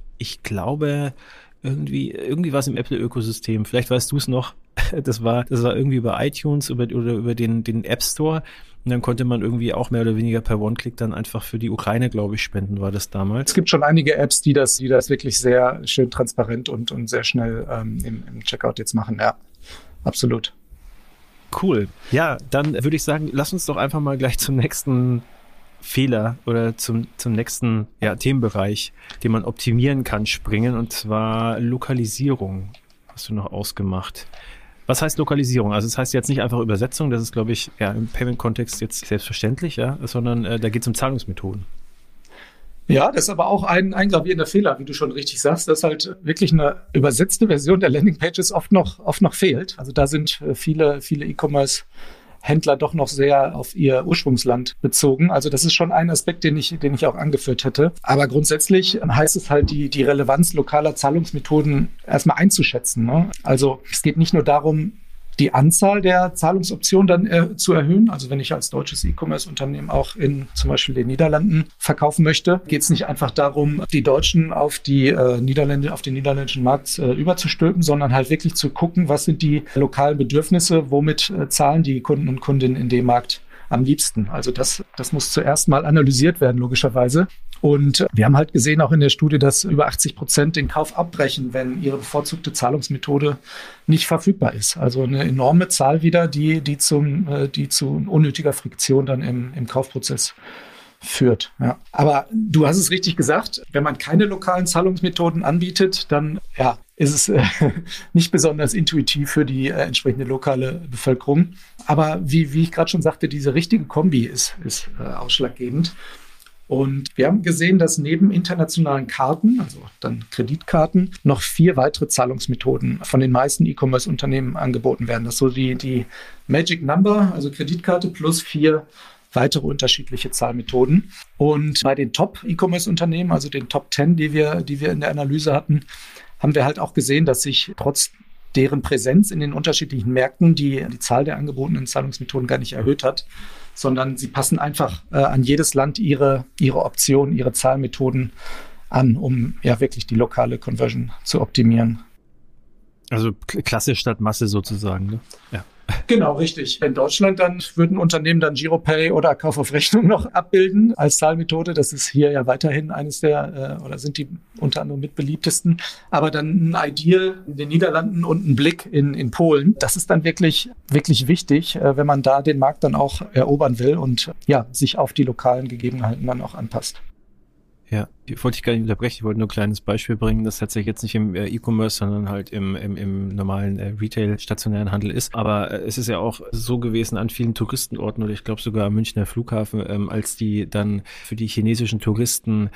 irgendwie war es im Apple-Ökosystem. Vielleicht weißt du es noch. Das war irgendwie über iTunes oder über den App Store. Und dann konnte man irgendwie auch mehr oder weniger per One-Click dann einfach für die Ukraine, glaube ich, spenden, war das damals. Es gibt schon einige Apps, die das wirklich sehr schön transparent und sehr schnell im Checkout jetzt machen. Ja, absolut. Cool. Ja, dann würde ich sagen, lass uns doch einfach mal gleich zum nächsten Fehler oder zum nächsten Themenbereich, den man optimieren kann, springen, und zwar Lokalisierung. Hast du noch ausgemacht? Was heißt Lokalisierung? Also es heißt jetzt nicht einfach Übersetzung, das ist, glaube ich, im Payment-Kontext jetzt selbstverständlich, sondern da geht es um Zahlungsmethoden. Ja, das ist aber auch ein gravierender Fehler, wie du schon richtig sagst, dass halt wirklich eine übersetzte Version der Landingpages oft noch fehlt. Also da sind viele E-Commerce-Händler doch noch sehr auf ihr Ursprungsland bezogen. Also das ist schon ein Aspekt, den ich auch angeführt hätte. Aber grundsätzlich heißt es halt, die Relevanz lokaler Zahlungsmethoden erstmal einzuschätzen, ne? Also es geht nicht nur darum, die Anzahl der Zahlungsoptionen dann zu erhöhen. Also wenn ich als deutsches E-Commerce-Unternehmen auch in zum Beispiel den Niederlanden verkaufen möchte, geht es nicht einfach darum, die Deutschen auf den niederländischen Markt überzustülpen, sondern halt wirklich zu gucken, was sind die lokalen Bedürfnisse, womit zahlen die Kunden und Kundinnen in dem Markt am liebsten. Also das muss zuerst mal analysiert werden, logischerweise. Und wir haben halt gesehen, auch in der Studie, dass über 80% den Kauf abbrechen, wenn ihre bevorzugte Zahlungsmethode nicht verfügbar ist. Also eine enorme Zahl wieder, die zu unnötiger Friktion dann im Kaufprozess führt. Ja. Aber du hast es richtig gesagt, wenn man keine lokalen Zahlungsmethoden anbietet, dann ist es nicht besonders intuitiv für die entsprechende lokale Bevölkerung. Aber wie ich gerade schon sagte, diese richtige Kombi ist ausschlaggebend. Und wir haben gesehen, dass neben internationalen Karten, also dann Kreditkarten, noch 4 weitere Zahlungsmethoden von den meisten E-Commerce-Unternehmen angeboten werden. Das ist so die Magic Number, also Kreditkarte plus 4 weitere unterschiedliche Zahlmethoden. Und bei den Top-E-Commerce-Unternehmen, also den Top 10, die wir in der Analyse hatten, haben wir halt auch gesehen, dass sich trotz deren Präsenz in den unterschiedlichen Märkten die Zahl der angebotenen Zahlungsmethoden gar nicht erhöht hat, sondern sie passen einfach an jedes Land ihre Optionen, ihre Zahlmethoden an, um wirklich die lokale Conversion zu optimieren. Also Klasse statt Masse sozusagen, ne? Ja. Genau, richtig. In Deutschland dann würden Unternehmen dann Giropay oder Kauf auf Rechnung noch abbilden als Zahlmethode. Das ist hier ja weiterhin eines oder sind die unter anderem mit beliebtesten. Aber dann ein Ideal in den Niederlanden und ein Blick in Polen. Das ist dann wirklich, wirklich wichtig, wenn man da den Markt dann auch erobern will und sich auf die lokalen Gegebenheiten dann auch anpasst. Ja, wollte ich gar nicht unterbrechen, ich wollte nur ein kleines Beispiel bringen, das tatsächlich jetzt nicht im E-Commerce, sondern halt im normalen Retail-stationären Handel ist. Aber es ist ja auch so gewesen an vielen Touristenorten oder ich glaube sogar am Münchner Flughafen, als die dann für die chinesischen Touristen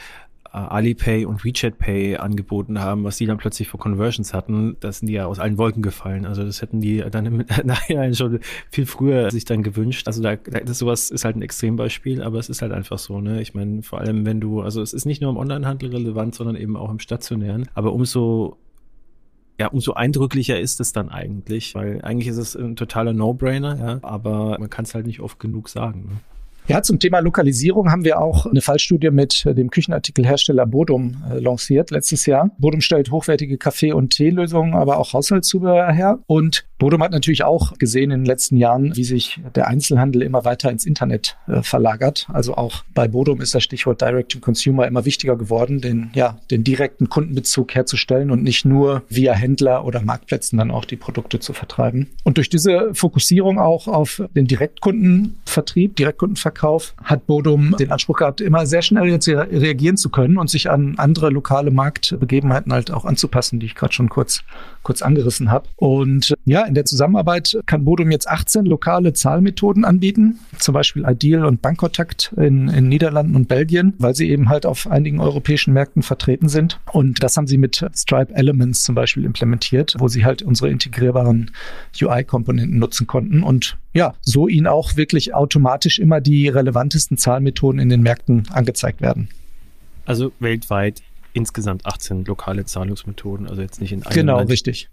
Alipay und WeChat Pay angeboten haben, was die dann plötzlich für Conversions hatten, da sind die ja aus allen Wolken gefallen. Also das hätten die dann im Nachhinein schon viel früher sich dann gewünscht. Also sowas ist halt ein Extrembeispiel, aber es ist halt einfach so, ne? Ich meine, vor allem also es ist nicht nur im Onlinehandel relevant, sondern eben auch im stationären. Aber umso eindrücklicher ist es dann eigentlich, weil eigentlich ist es ein totaler No-Brainer, aber man kann es halt nicht oft genug sagen, ne? Ja, zum Thema Lokalisierung haben wir auch eine Fallstudie mit dem Küchenartikelhersteller Bodum lanciert letztes Jahr. Bodum stellt hochwertige Kaffee- und Teelösungen, aber auch Haushaltszubehör her. Und Bodum hat natürlich auch gesehen in den letzten Jahren, wie sich der Einzelhandel immer weiter ins Internet verlagert. Also auch bei Bodum ist das Stichwort Direct-to-Consumer immer wichtiger geworden, den direkten Kundenbezug herzustellen und nicht nur via Händler oder Marktplätzen dann auch die Produkte zu vertreiben. Und durch diese Fokussierung auch auf den Direktkundenverkauf hat Bodum den Anspruch gehabt, immer sehr schnell jetzt reagieren zu können und sich an andere lokale Marktbegebenheiten halt auch anzupassen, die ich gerade schon kurz angerissen habe. Und in der Zusammenarbeit kann Bodum jetzt 18 lokale Zahlmethoden anbieten, zum Beispiel Ideal und Bankkontakt in Niederlanden und Belgien, weil sie eben halt auf einigen europäischen Märkten vertreten sind. Und das haben sie mit Stripe Elements zum Beispiel implementiert, wo sie halt unsere integrierbaren UI-Komponenten nutzen konnten und so ihnen auch wirklich automatisch immer die relevantesten Zahlmethoden in den Märkten angezeigt werden. Also weltweit insgesamt 18 lokale Zahlungsmethoden, also jetzt nicht in einem Genau, Land. Richtig.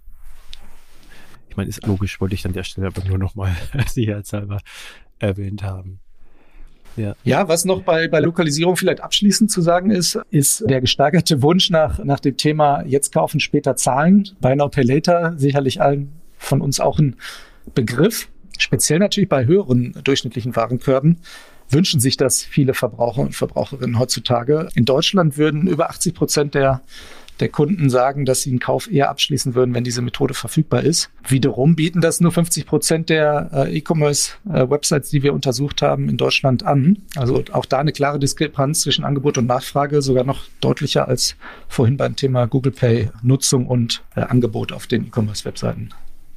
Ich meine, ist logisch, wollte ich an der Stelle aber nur nochmal sicherheitshalber erwähnt haben. Ja, was noch bei Lokalisierung vielleicht abschließend zu sagen ist der gesteigerte Wunsch nach dem Thema jetzt kaufen, später zahlen. Buy Now, Pay Later, sicherlich allen von uns auch ein Begriff. speziell natürlich bei höheren durchschnittlichen Warenkörben, wünschen sich das viele Verbraucher und Verbraucherinnen heutzutage. In Deutschland würden über 80% der Kunden sagen, dass sie einen Kauf eher abschließen würden, wenn diese Methode verfügbar ist. Wiederum bieten das nur 50% der E-Commerce-Websites, die wir untersucht haben, in Deutschland an. Also auch da eine klare Diskrepanz zwischen Angebot und Nachfrage, sogar noch deutlicher als vorhin beim Thema Google Pay Nutzung und Angebot auf den E-Commerce-Webseiten.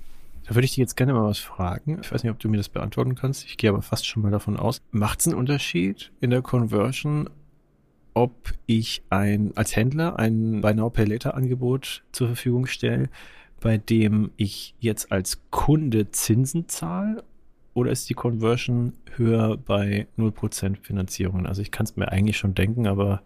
Da würde ich dich jetzt gerne mal was fragen. Ich weiß nicht, ob du mir das beantworten kannst. Ich gehe aber fast schon mal davon aus. Macht es einen Unterschied in der Conversion, ob ich als Händler ein Buy Now Pay Later Angebot zur Verfügung stelle, bei dem ich jetzt als Kunde Zinsen zahle, oder ist die Conversion höher bei 0% Finanzierungen? Also ich kann es mir eigentlich schon denken, aber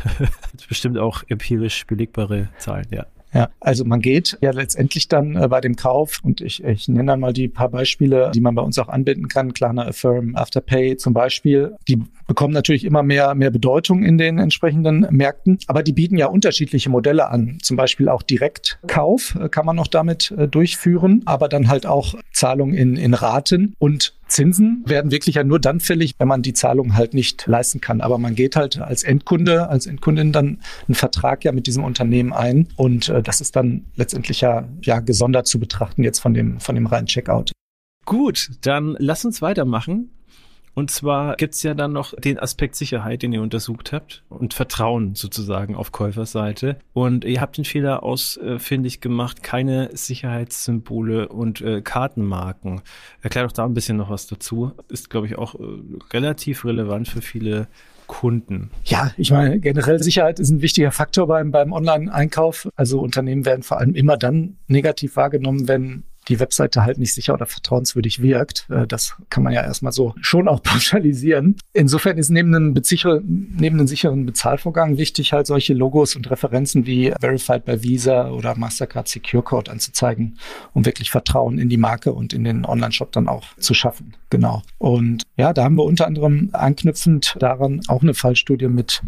bestimmt auch empirisch belegbare Zahlen, ja. Ja, also man geht ja letztendlich dann bei dem Kauf, und ich nenne dann mal die paar Beispiele, die man bei uns auch anbinden kann, Klarna, Affirm, Afterpay zum Beispiel. Die bekommen natürlich immer mehr Bedeutung in den entsprechenden Märkten, aber die bieten ja unterschiedliche Modelle an. Zum Beispiel auch Direktkauf kann man noch damit durchführen, aber dann halt auch Zahlung in Raten, und Zinsen werden wirklich ja nur dann fällig, wenn man die Zahlung halt nicht leisten kann. Aber man geht halt als Endkunde, als Endkundin dann einen Vertrag ja mit diesem Unternehmen ein, und das ist dann letztendlich ja gesondert zu betrachten jetzt von dem reinen Checkout. Gut, dann lass uns weitermachen. Und zwar gibt's ja dann noch den Aspekt Sicherheit, den ihr untersucht habt, und Vertrauen sozusagen auf Käuferseite. Und ihr habt den Fehler ausfindig gemacht, keine Sicherheitssymbole und Kartenmarken. Erklär doch da ein bisschen noch was dazu. Ist, glaube ich, auch relativ relevant für viele Kunden. Ja, ich meine, generell Sicherheit ist ein wichtiger Faktor beim Online-Einkauf. Also Unternehmen werden vor allem immer dann negativ wahrgenommen, wenn die Webseite halt nicht sicher oder vertrauenswürdig wirkt. Das kann man ja erstmal so schon auch pauschalisieren. Insofern ist neben einem sicheren Bezahlvorgang wichtig, halt solche Logos und Referenzen wie Verified by Visa oder Mastercard Secure Code anzuzeigen, um wirklich Vertrauen in die Marke und in den Online-Shop dann auch zu schaffen. Genau. Und ja, da haben wir unter anderem anknüpfend daran auch eine Fallstudie mit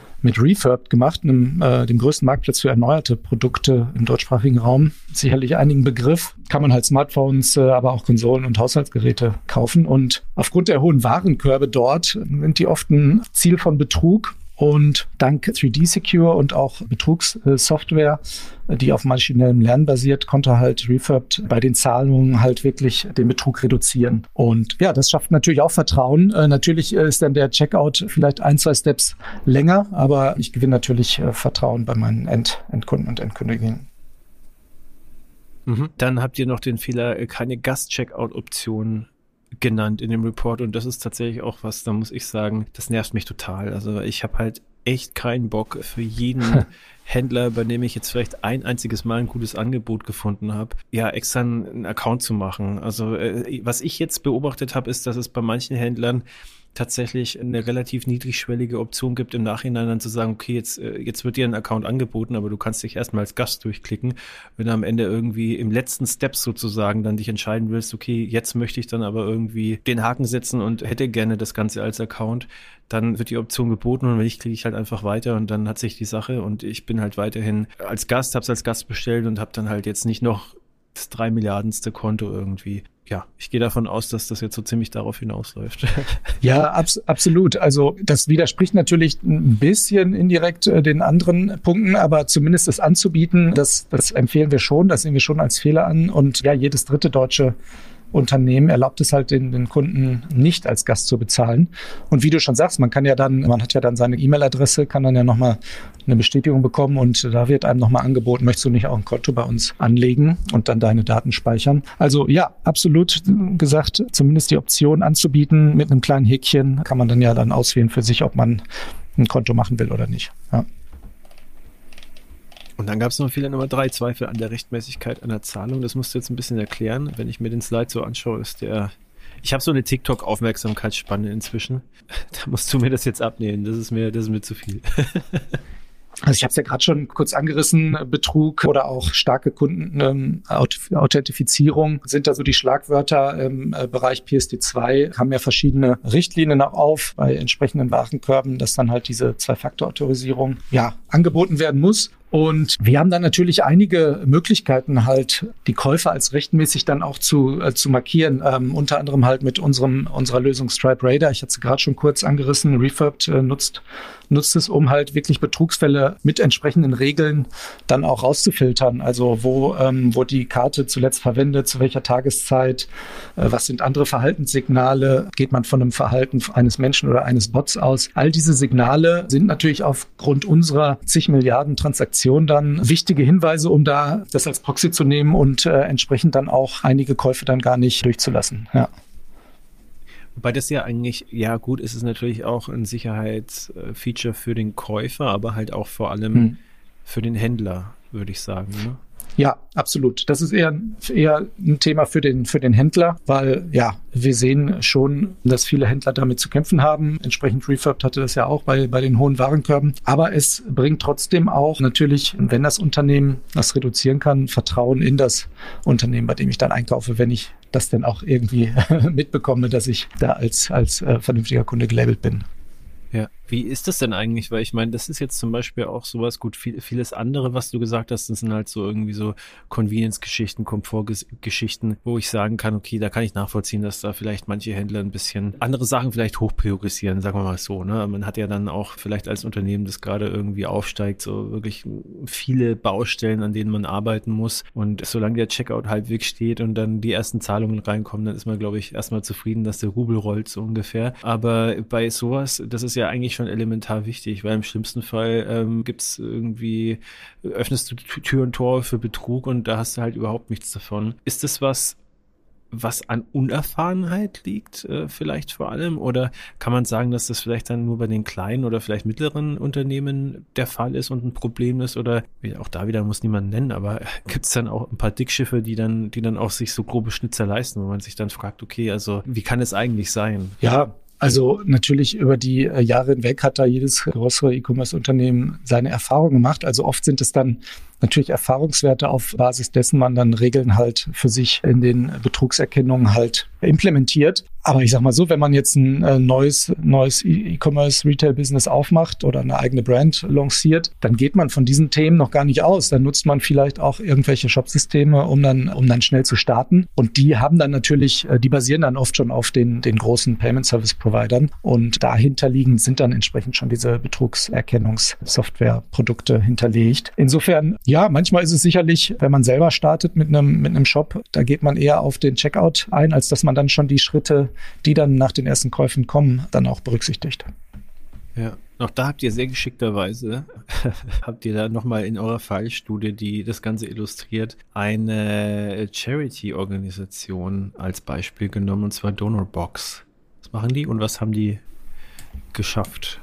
Refurb gemacht, dem größten Marktplatz für erneuerte Produkte im deutschsprachigen Raum. Sicherlich einigen Begriff. Kann man halt Smartphones, aber auch Konsolen und Haushaltsgeräte kaufen. Und aufgrund der hohen Warenkörbe dort sind die oft ein Ziel von Betrug. Und dank 3D Secure und auch Betrugssoftware, die auf maschinellem Lernen basiert, konnte halt Refurb bei den Zahlungen halt wirklich den Betrug reduzieren. Und ja, das schafft natürlich auch Vertrauen. Natürlich ist dann der Checkout vielleicht 1-2 Steps länger, aber ich gewinne natürlich Vertrauen bei meinen Endkunden und Endkundinnen. Dann habt ihr noch den Fehler, keine Gast-Checkout-Option genannt in dem Report, und das ist tatsächlich auch was, da muss ich sagen, das nervt mich total. Also ich habe halt echt keinen Bock, für jeden Händler, bei dem ich jetzt vielleicht ein einziges Mal ein gutes Angebot gefunden habe, ja, extra einen Account zu machen. Also was ich jetzt beobachtet habe, ist, dass es bei manchen Händlern tatsächlich eine relativ niedrigschwellige Option gibt, im Nachhinein dann zu sagen, okay, jetzt wird dir ein Account angeboten, aber du kannst dich erstmal als Gast durchklicken. Wenn du am Ende irgendwie im letzten Step sozusagen dann dich entscheiden willst, okay, jetzt möchte ich dann aber irgendwie den Haken setzen und hätte gerne das Ganze als Account, dann wird die Option geboten, und wenn nicht, klicke ich halt einfach weiter, und dann hat sich die Sache, und ich bin halt weiterhin als Gast, hab's als Gast bestellt und hab dann halt jetzt nicht noch das 3 Milliardenste Konto irgendwie. Ja, ich gehe davon aus, dass das jetzt so ziemlich darauf hinausläuft. Ja, absolut. Also das widerspricht natürlich ein bisschen indirekt den anderen Punkten, aber zumindest das anzubieten, das empfehlen wir schon, das sehen wir schon als Fehler an. Und ja, jedes dritte deutsche Unternehmen erlaubt es halt den Kunden nicht als Gast zu bezahlen. Und wie du schon sagst, man hat ja dann seine E-Mail-Adresse, kann dann ja nochmal eine Bestätigung bekommen, und da wird einem nochmal angeboten, möchtest du nicht auch ein Konto bei uns anlegen und dann deine Daten speichern. Also ja, absolut gesagt, zumindest die Option anzubieten mit einem kleinen Häkchen, kann man dann ja dann auswählen für sich, ob man ein Konto machen will oder nicht. Ja. Und dann gab es noch Fehler Nummer 3, Zweifel an der Rechtmäßigkeit einer Zahlung. Das musst du jetzt ein bisschen erklären. Wenn ich mir den Slide so anschaue, ich habe so eine TikTok-Aufmerksamkeitsspanne inzwischen. Da musst du mir das jetzt abnehmen. Das ist mir zu viel. Also ich habe es ja gerade schon kurz angerissen, Betrug oder auch starke Kundenauthentifizierung sind da so die Schlagwörter im Bereich PSD2, haben ja verschiedene Richtlinien auch auf bei entsprechenden Warenkörben, dass dann halt diese Zwei-Faktor-Autorisierung ja angeboten werden muss. Und wir haben dann natürlich einige Möglichkeiten halt, die Käufer als rechtmäßig dann auch zu markieren. Unter anderem halt mit unserer Lösung Stripe Radar. Ich hatte es gerade schon kurz angerissen. Refurbed nutzt es, um halt wirklich Betrugsfälle mit entsprechenden Regeln dann auch rauszufiltern. Also wo die Karte zuletzt verwendet, zu welcher Tageszeit, was sind andere Verhaltenssignale, geht man von einem Verhalten eines Menschen oder eines Bots aus. All diese Signale sind natürlich aufgrund unserer zig Milliarden Transaktionen dann wichtige Hinweise, um da das als Proxy zu nehmen und entsprechend dann auch einige Käufe dann gar nicht durchzulassen. Ja. Wobei das ja eigentlich, ja gut, ist es natürlich auch ein Sicherheitsfeature für den Käufer, aber halt auch vor allem für den Händler, würde ich sagen, ne? Ja, absolut. Das ist eher ein Thema für den Händler, weil ja, wir sehen schon, dass viele Händler damit zu kämpfen haben. Entsprechend Refurbed hatte das ja auch bei den hohen Warenkörben. Aber es bringt trotzdem auch natürlich, wenn das Unternehmen das reduzieren kann, Vertrauen in das Unternehmen, bei dem ich dann einkaufe, wenn ich das denn auch irgendwie mitbekomme, dass ich da als vernünftiger Kunde gelabelt bin. Ja, wie ist das denn eigentlich? Weil ich meine, das ist jetzt zum Beispiel auch sowas, gut, vieles andere, was du gesagt hast, das sind halt so irgendwie so Convenience-Geschichten, Komfort-Geschichten, wo ich sagen kann, okay, da kann ich nachvollziehen, dass da vielleicht manche Händler ein bisschen andere Sachen vielleicht hochpriorisieren, sagen wir mal so, ne? Man hat ja dann auch vielleicht als Unternehmen, das gerade irgendwie aufsteigt, so wirklich viele Baustellen, an denen man arbeiten muss, und solange der Checkout halbwegs steht und dann die ersten Zahlungen reinkommen, dann ist man, glaube ich, erstmal zufrieden, dass der Rubel rollt, so ungefähr. Aber bei sowas, das ist ja eigentlich schon elementar wichtig, weil im schlimmsten Fall gibt's irgendwie, öffnest du Tür und Tor für Betrug und da hast du halt überhaupt nichts davon. Ist das was an Unerfahrenheit liegt, vielleicht vor allem? Oder kann man sagen, dass das vielleicht dann nur bei den kleinen oder vielleicht mittleren Unternehmen der Fall ist und ein Problem ist? Oder auch da wieder muss niemand nennen, aber gibt es dann auch ein paar Dickschiffe, die dann auch sich so grobe Schnitzer leisten, wo man sich dann fragt, okay, also wie kann es eigentlich sein? Ja, also natürlich über die Jahre hinweg hat da jedes größere E-Commerce-Unternehmen seine Erfahrungen gemacht. Also oft sind es dann natürlich Erfahrungswerte, auf Basis dessen man dann Regeln halt für sich in den Betrugserkennungen halt implementiert. Aber ich sag mal so, wenn man jetzt ein neues E-Commerce-Retail-Business aufmacht oder eine eigene Brand lanciert, dann geht man von diesen Themen noch gar nicht aus. Dann nutzt man vielleicht auch irgendwelche Shop-Systeme, um dann schnell zu starten. Und die haben dann natürlich, die basieren dann oft schon auf den großen Payment-Service-Providern. Und dahinter liegend sind dann entsprechend schon diese Betrugserkennungssoftware-Produkte hinterlegt. Insofern, ja, manchmal ist es sicherlich, wenn man selber startet mit einem Shop, da geht man eher auf den Checkout ein, als dass man dann schon die Schritte, die dann nach den ersten Käufen kommen, dann auch berücksichtigt. Ja, auch da habt ihr sehr geschickterweise, habt ihr da nochmal in eurer Fallstudie, die das Ganze illustriert, eine Charity-Organisation als Beispiel genommen, und zwar DonorBox. Was machen die und was haben die geschafft?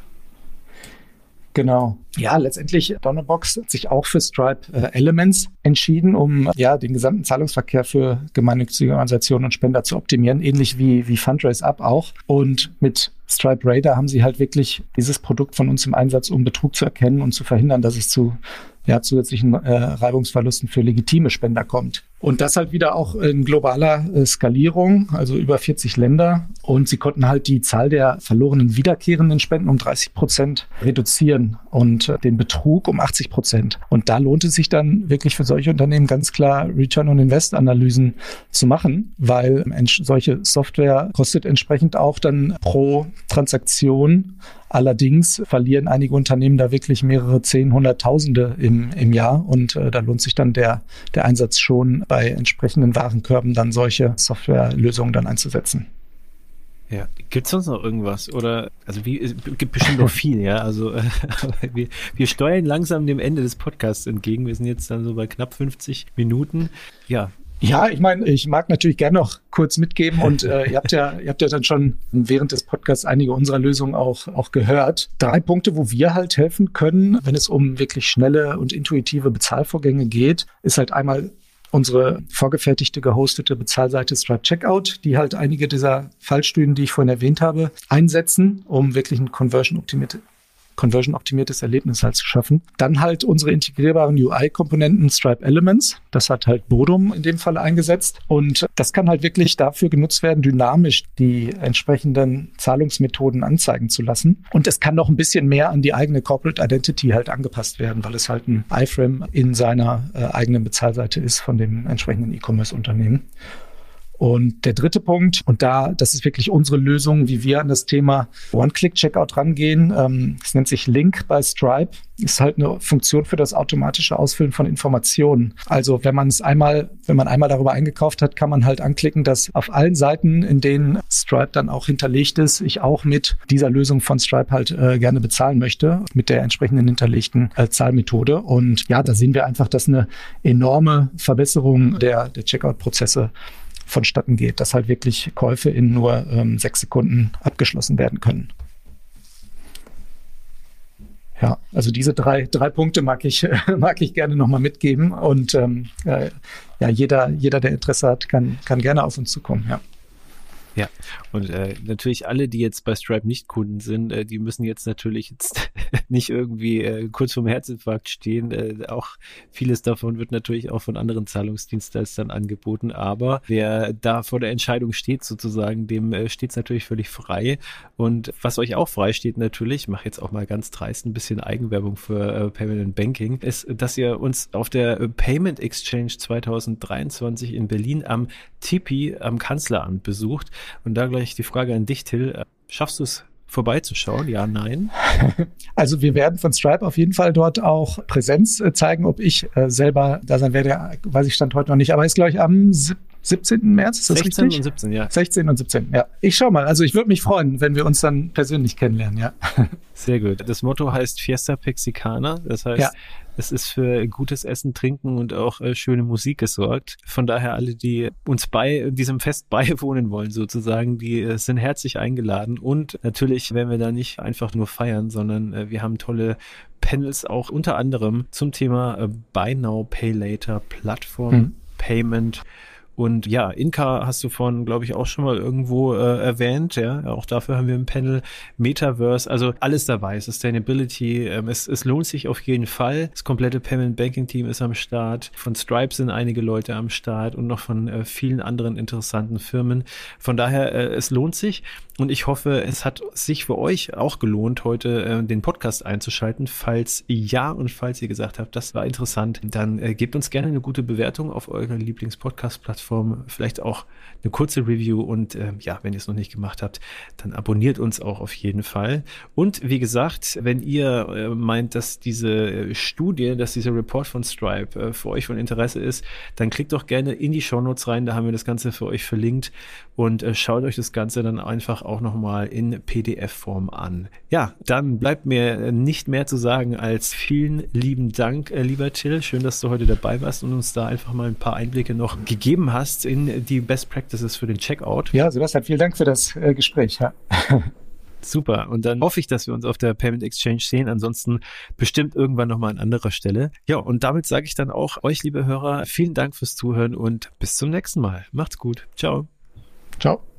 Genau. Ja, letztendlich DonorBox hat sich auch für Stripe Elements entschieden, um den gesamten Zahlungsverkehr für gemeinnützige Organisationen und Spender zu optimieren, ähnlich wie FundraiseUp auch. Und mit Stripe Radar haben sie halt wirklich dieses Produkt von uns im Einsatz, um Betrug zu erkennen und zu verhindern, dass es zu zusätzlichen Reibungsverlusten für legitime Spender kommt. Und das halt wieder auch in globaler Skalierung, also über 40 Länder. Und sie konnten halt die Zahl der verlorenen wiederkehrenden Spenden um 30% reduzieren und den Betrug um 80%. Und da lohnt es sich dann wirklich für solche Unternehmen ganz klar Return-on-Invest-Analysen zu machen, weil solche Software kostet entsprechend auch dann pro Transaktion. Allerdings verlieren einige Unternehmen da wirklich mehrere 10, Hunderttausende im Jahr und da lohnt sich dann der Einsatz schon, bei entsprechenden Warenkörben dann solche Softwarelösungen dann einzusetzen. Ja, gibt es sonst noch irgendwas? Oder, also es gibt bestimmt noch viel, ja. Also wir steuern langsam dem Ende des Podcasts entgegen. Wir sind jetzt dann so bei knapp 50 Minuten. Ja. Ja, ich meine, ich mag natürlich gerne noch kurz mitgeben und ihr habt ja dann schon während des Podcasts einige unserer Lösungen auch gehört. 3 Punkte, wo wir halt helfen können, wenn es um wirklich schnelle und intuitive Bezahlvorgänge geht, ist halt einmal unsere vorgefertigte, gehostete Bezahlseite Stripe Checkout, die halt einige dieser Fallstudien, die ich vorhin erwähnt habe, einsetzen, um wirklich ein conversion-optimiertes Erlebnis halt zu schaffen. Dann halt unsere integrierbaren UI-Komponenten Stripe Elements. Das hat halt Bodum in dem Fall eingesetzt. Und das kann halt wirklich dafür genutzt werden, dynamisch die entsprechenden Zahlungsmethoden anzeigen zu lassen. Und es kann noch ein bisschen mehr an die eigene Corporate Identity halt angepasst werden, weil es halt ein iFrame in seiner eigenen Bezahlseite ist von dem entsprechenden E-Commerce-Unternehmen. Und der dritte Punkt, und das ist wirklich unsere Lösung, wie wir an das Thema One-Click-Checkout rangehen. Es nennt sich Link bei Stripe. Ist halt eine Funktion für das automatische Ausfüllen von Informationen. Also wenn man einmal darüber eingekauft hat, kann man halt anklicken, dass auf allen Seiten, in denen Stripe dann auch hinterlegt ist, ich auch mit dieser Lösung von Stripe halt gerne bezahlen möchte, mit der entsprechenden hinterlegten Zahlmethode. Und ja, da sehen wir einfach, dass eine enorme Verbesserung der Checkout-Prozesse vonstatten geht, dass halt wirklich Käufe in nur 6 Sekunden abgeschlossen werden können. Ja, also diese drei Punkte mag ich gerne nochmal mitgeben und jeder, der Interesse hat, kann gerne auf uns zukommen, ja. Ja, und natürlich alle, die jetzt bei Stripe nicht Kunden sind, die müssen jetzt natürlich nicht irgendwie kurz vorm Herzinfarkt stehen. Auch vieles davon wird natürlich auch von anderen Zahlungsdienstleistern angeboten. Aber wer da vor der Entscheidung steht sozusagen, dem steht es natürlich völlig frei. Und was euch auch frei steht natürlich, ich mache jetzt auch mal ganz dreist ein bisschen Eigenwerbung für Payment and Banking, ist, dass ihr uns auf der Payment Exchange 2023 in Berlin am TIPI am Kanzleramt besucht. Und da gleich die Frage an dich, Till. Schaffst du es vorbeizuschauen? Ja, nein? Also wir werden von Stripe auf jeden Fall dort auch Präsenz zeigen. Ob ich selber da sein werde, weiß ich Stand heute noch nicht. Aber ist, glaube ich, am 17. März, ist das 16 richtig? 16 und 17, ja. 16 und 17, ja. Ich schau mal. Also ich würde mich freuen, wenn wir uns dann persönlich kennenlernen, ja. Sehr gut. Das Motto heißt Fiesta Mexicana. Das heißt, ja, es ist für gutes Essen, Trinken und auch schöne Musik gesorgt. Von daher alle, die uns bei diesem Fest beiwohnen wollen sozusagen, die sind herzlich eingeladen. Und natürlich werden wir da nicht einfach nur feiern, sondern wir haben tolle Panels auch unter anderem zum Thema Buy Now, Pay Later, Plattform, Payment. Und ja, Inka hast du vorhin, glaube ich, auch schon mal irgendwo erwähnt. Ja, auch dafür haben wir ein Panel. Metaverse, also alles dabei. Sustainability, es lohnt sich auf jeden Fall. Das komplette Payment Banking Team ist am Start. Von Stripe sind einige Leute am Start und noch von vielen anderen interessanten Firmen. Von daher, es lohnt sich. Und ich hoffe, es hat sich für euch auch gelohnt, heute den Podcast einzuschalten. Falls ja und falls ihr gesagt habt, das war interessant, dann gebt uns gerne eine gute Bewertung auf eurer Lieblings-Podcast-Plattform. Vielleicht auch eine kurze Review. Und wenn ihr es noch nicht gemacht habt, dann abonniert uns auch auf jeden Fall. Und wie gesagt, wenn ihr meint, dass diese Studie, dass dieser Report von Stripe für euch von Interesse ist, dann klickt doch gerne in die Shownotes rein. Da haben wir das Ganze für euch verlinkt. Und schaut euch das Ganze dann einfach auch nochmal in PDF-Form an. Ja, dann bleibt mir nicht mehr zu sagen als vielen lieben Dank, lieber Till. Schön, dass du heute dabei warst und uns da einfach mal ein paar Einblicke noch gegeben hast in die Best Practices für den Checkout. Ja, Sebastian, vielen Dank für das Gespräch. Ja. Super. Und dann hoffe ich, dass wir uns auf der Payment Exchange sehen. Ansonsten bestimmt irgendwann nochmal an anderer Stelle. Ja, und damit sage ich dann auch euch, liebe Hörer, vielen Dank fürs Zuhören und bis zum nächsten Mal. Macht's gut. Ciao. Ciao.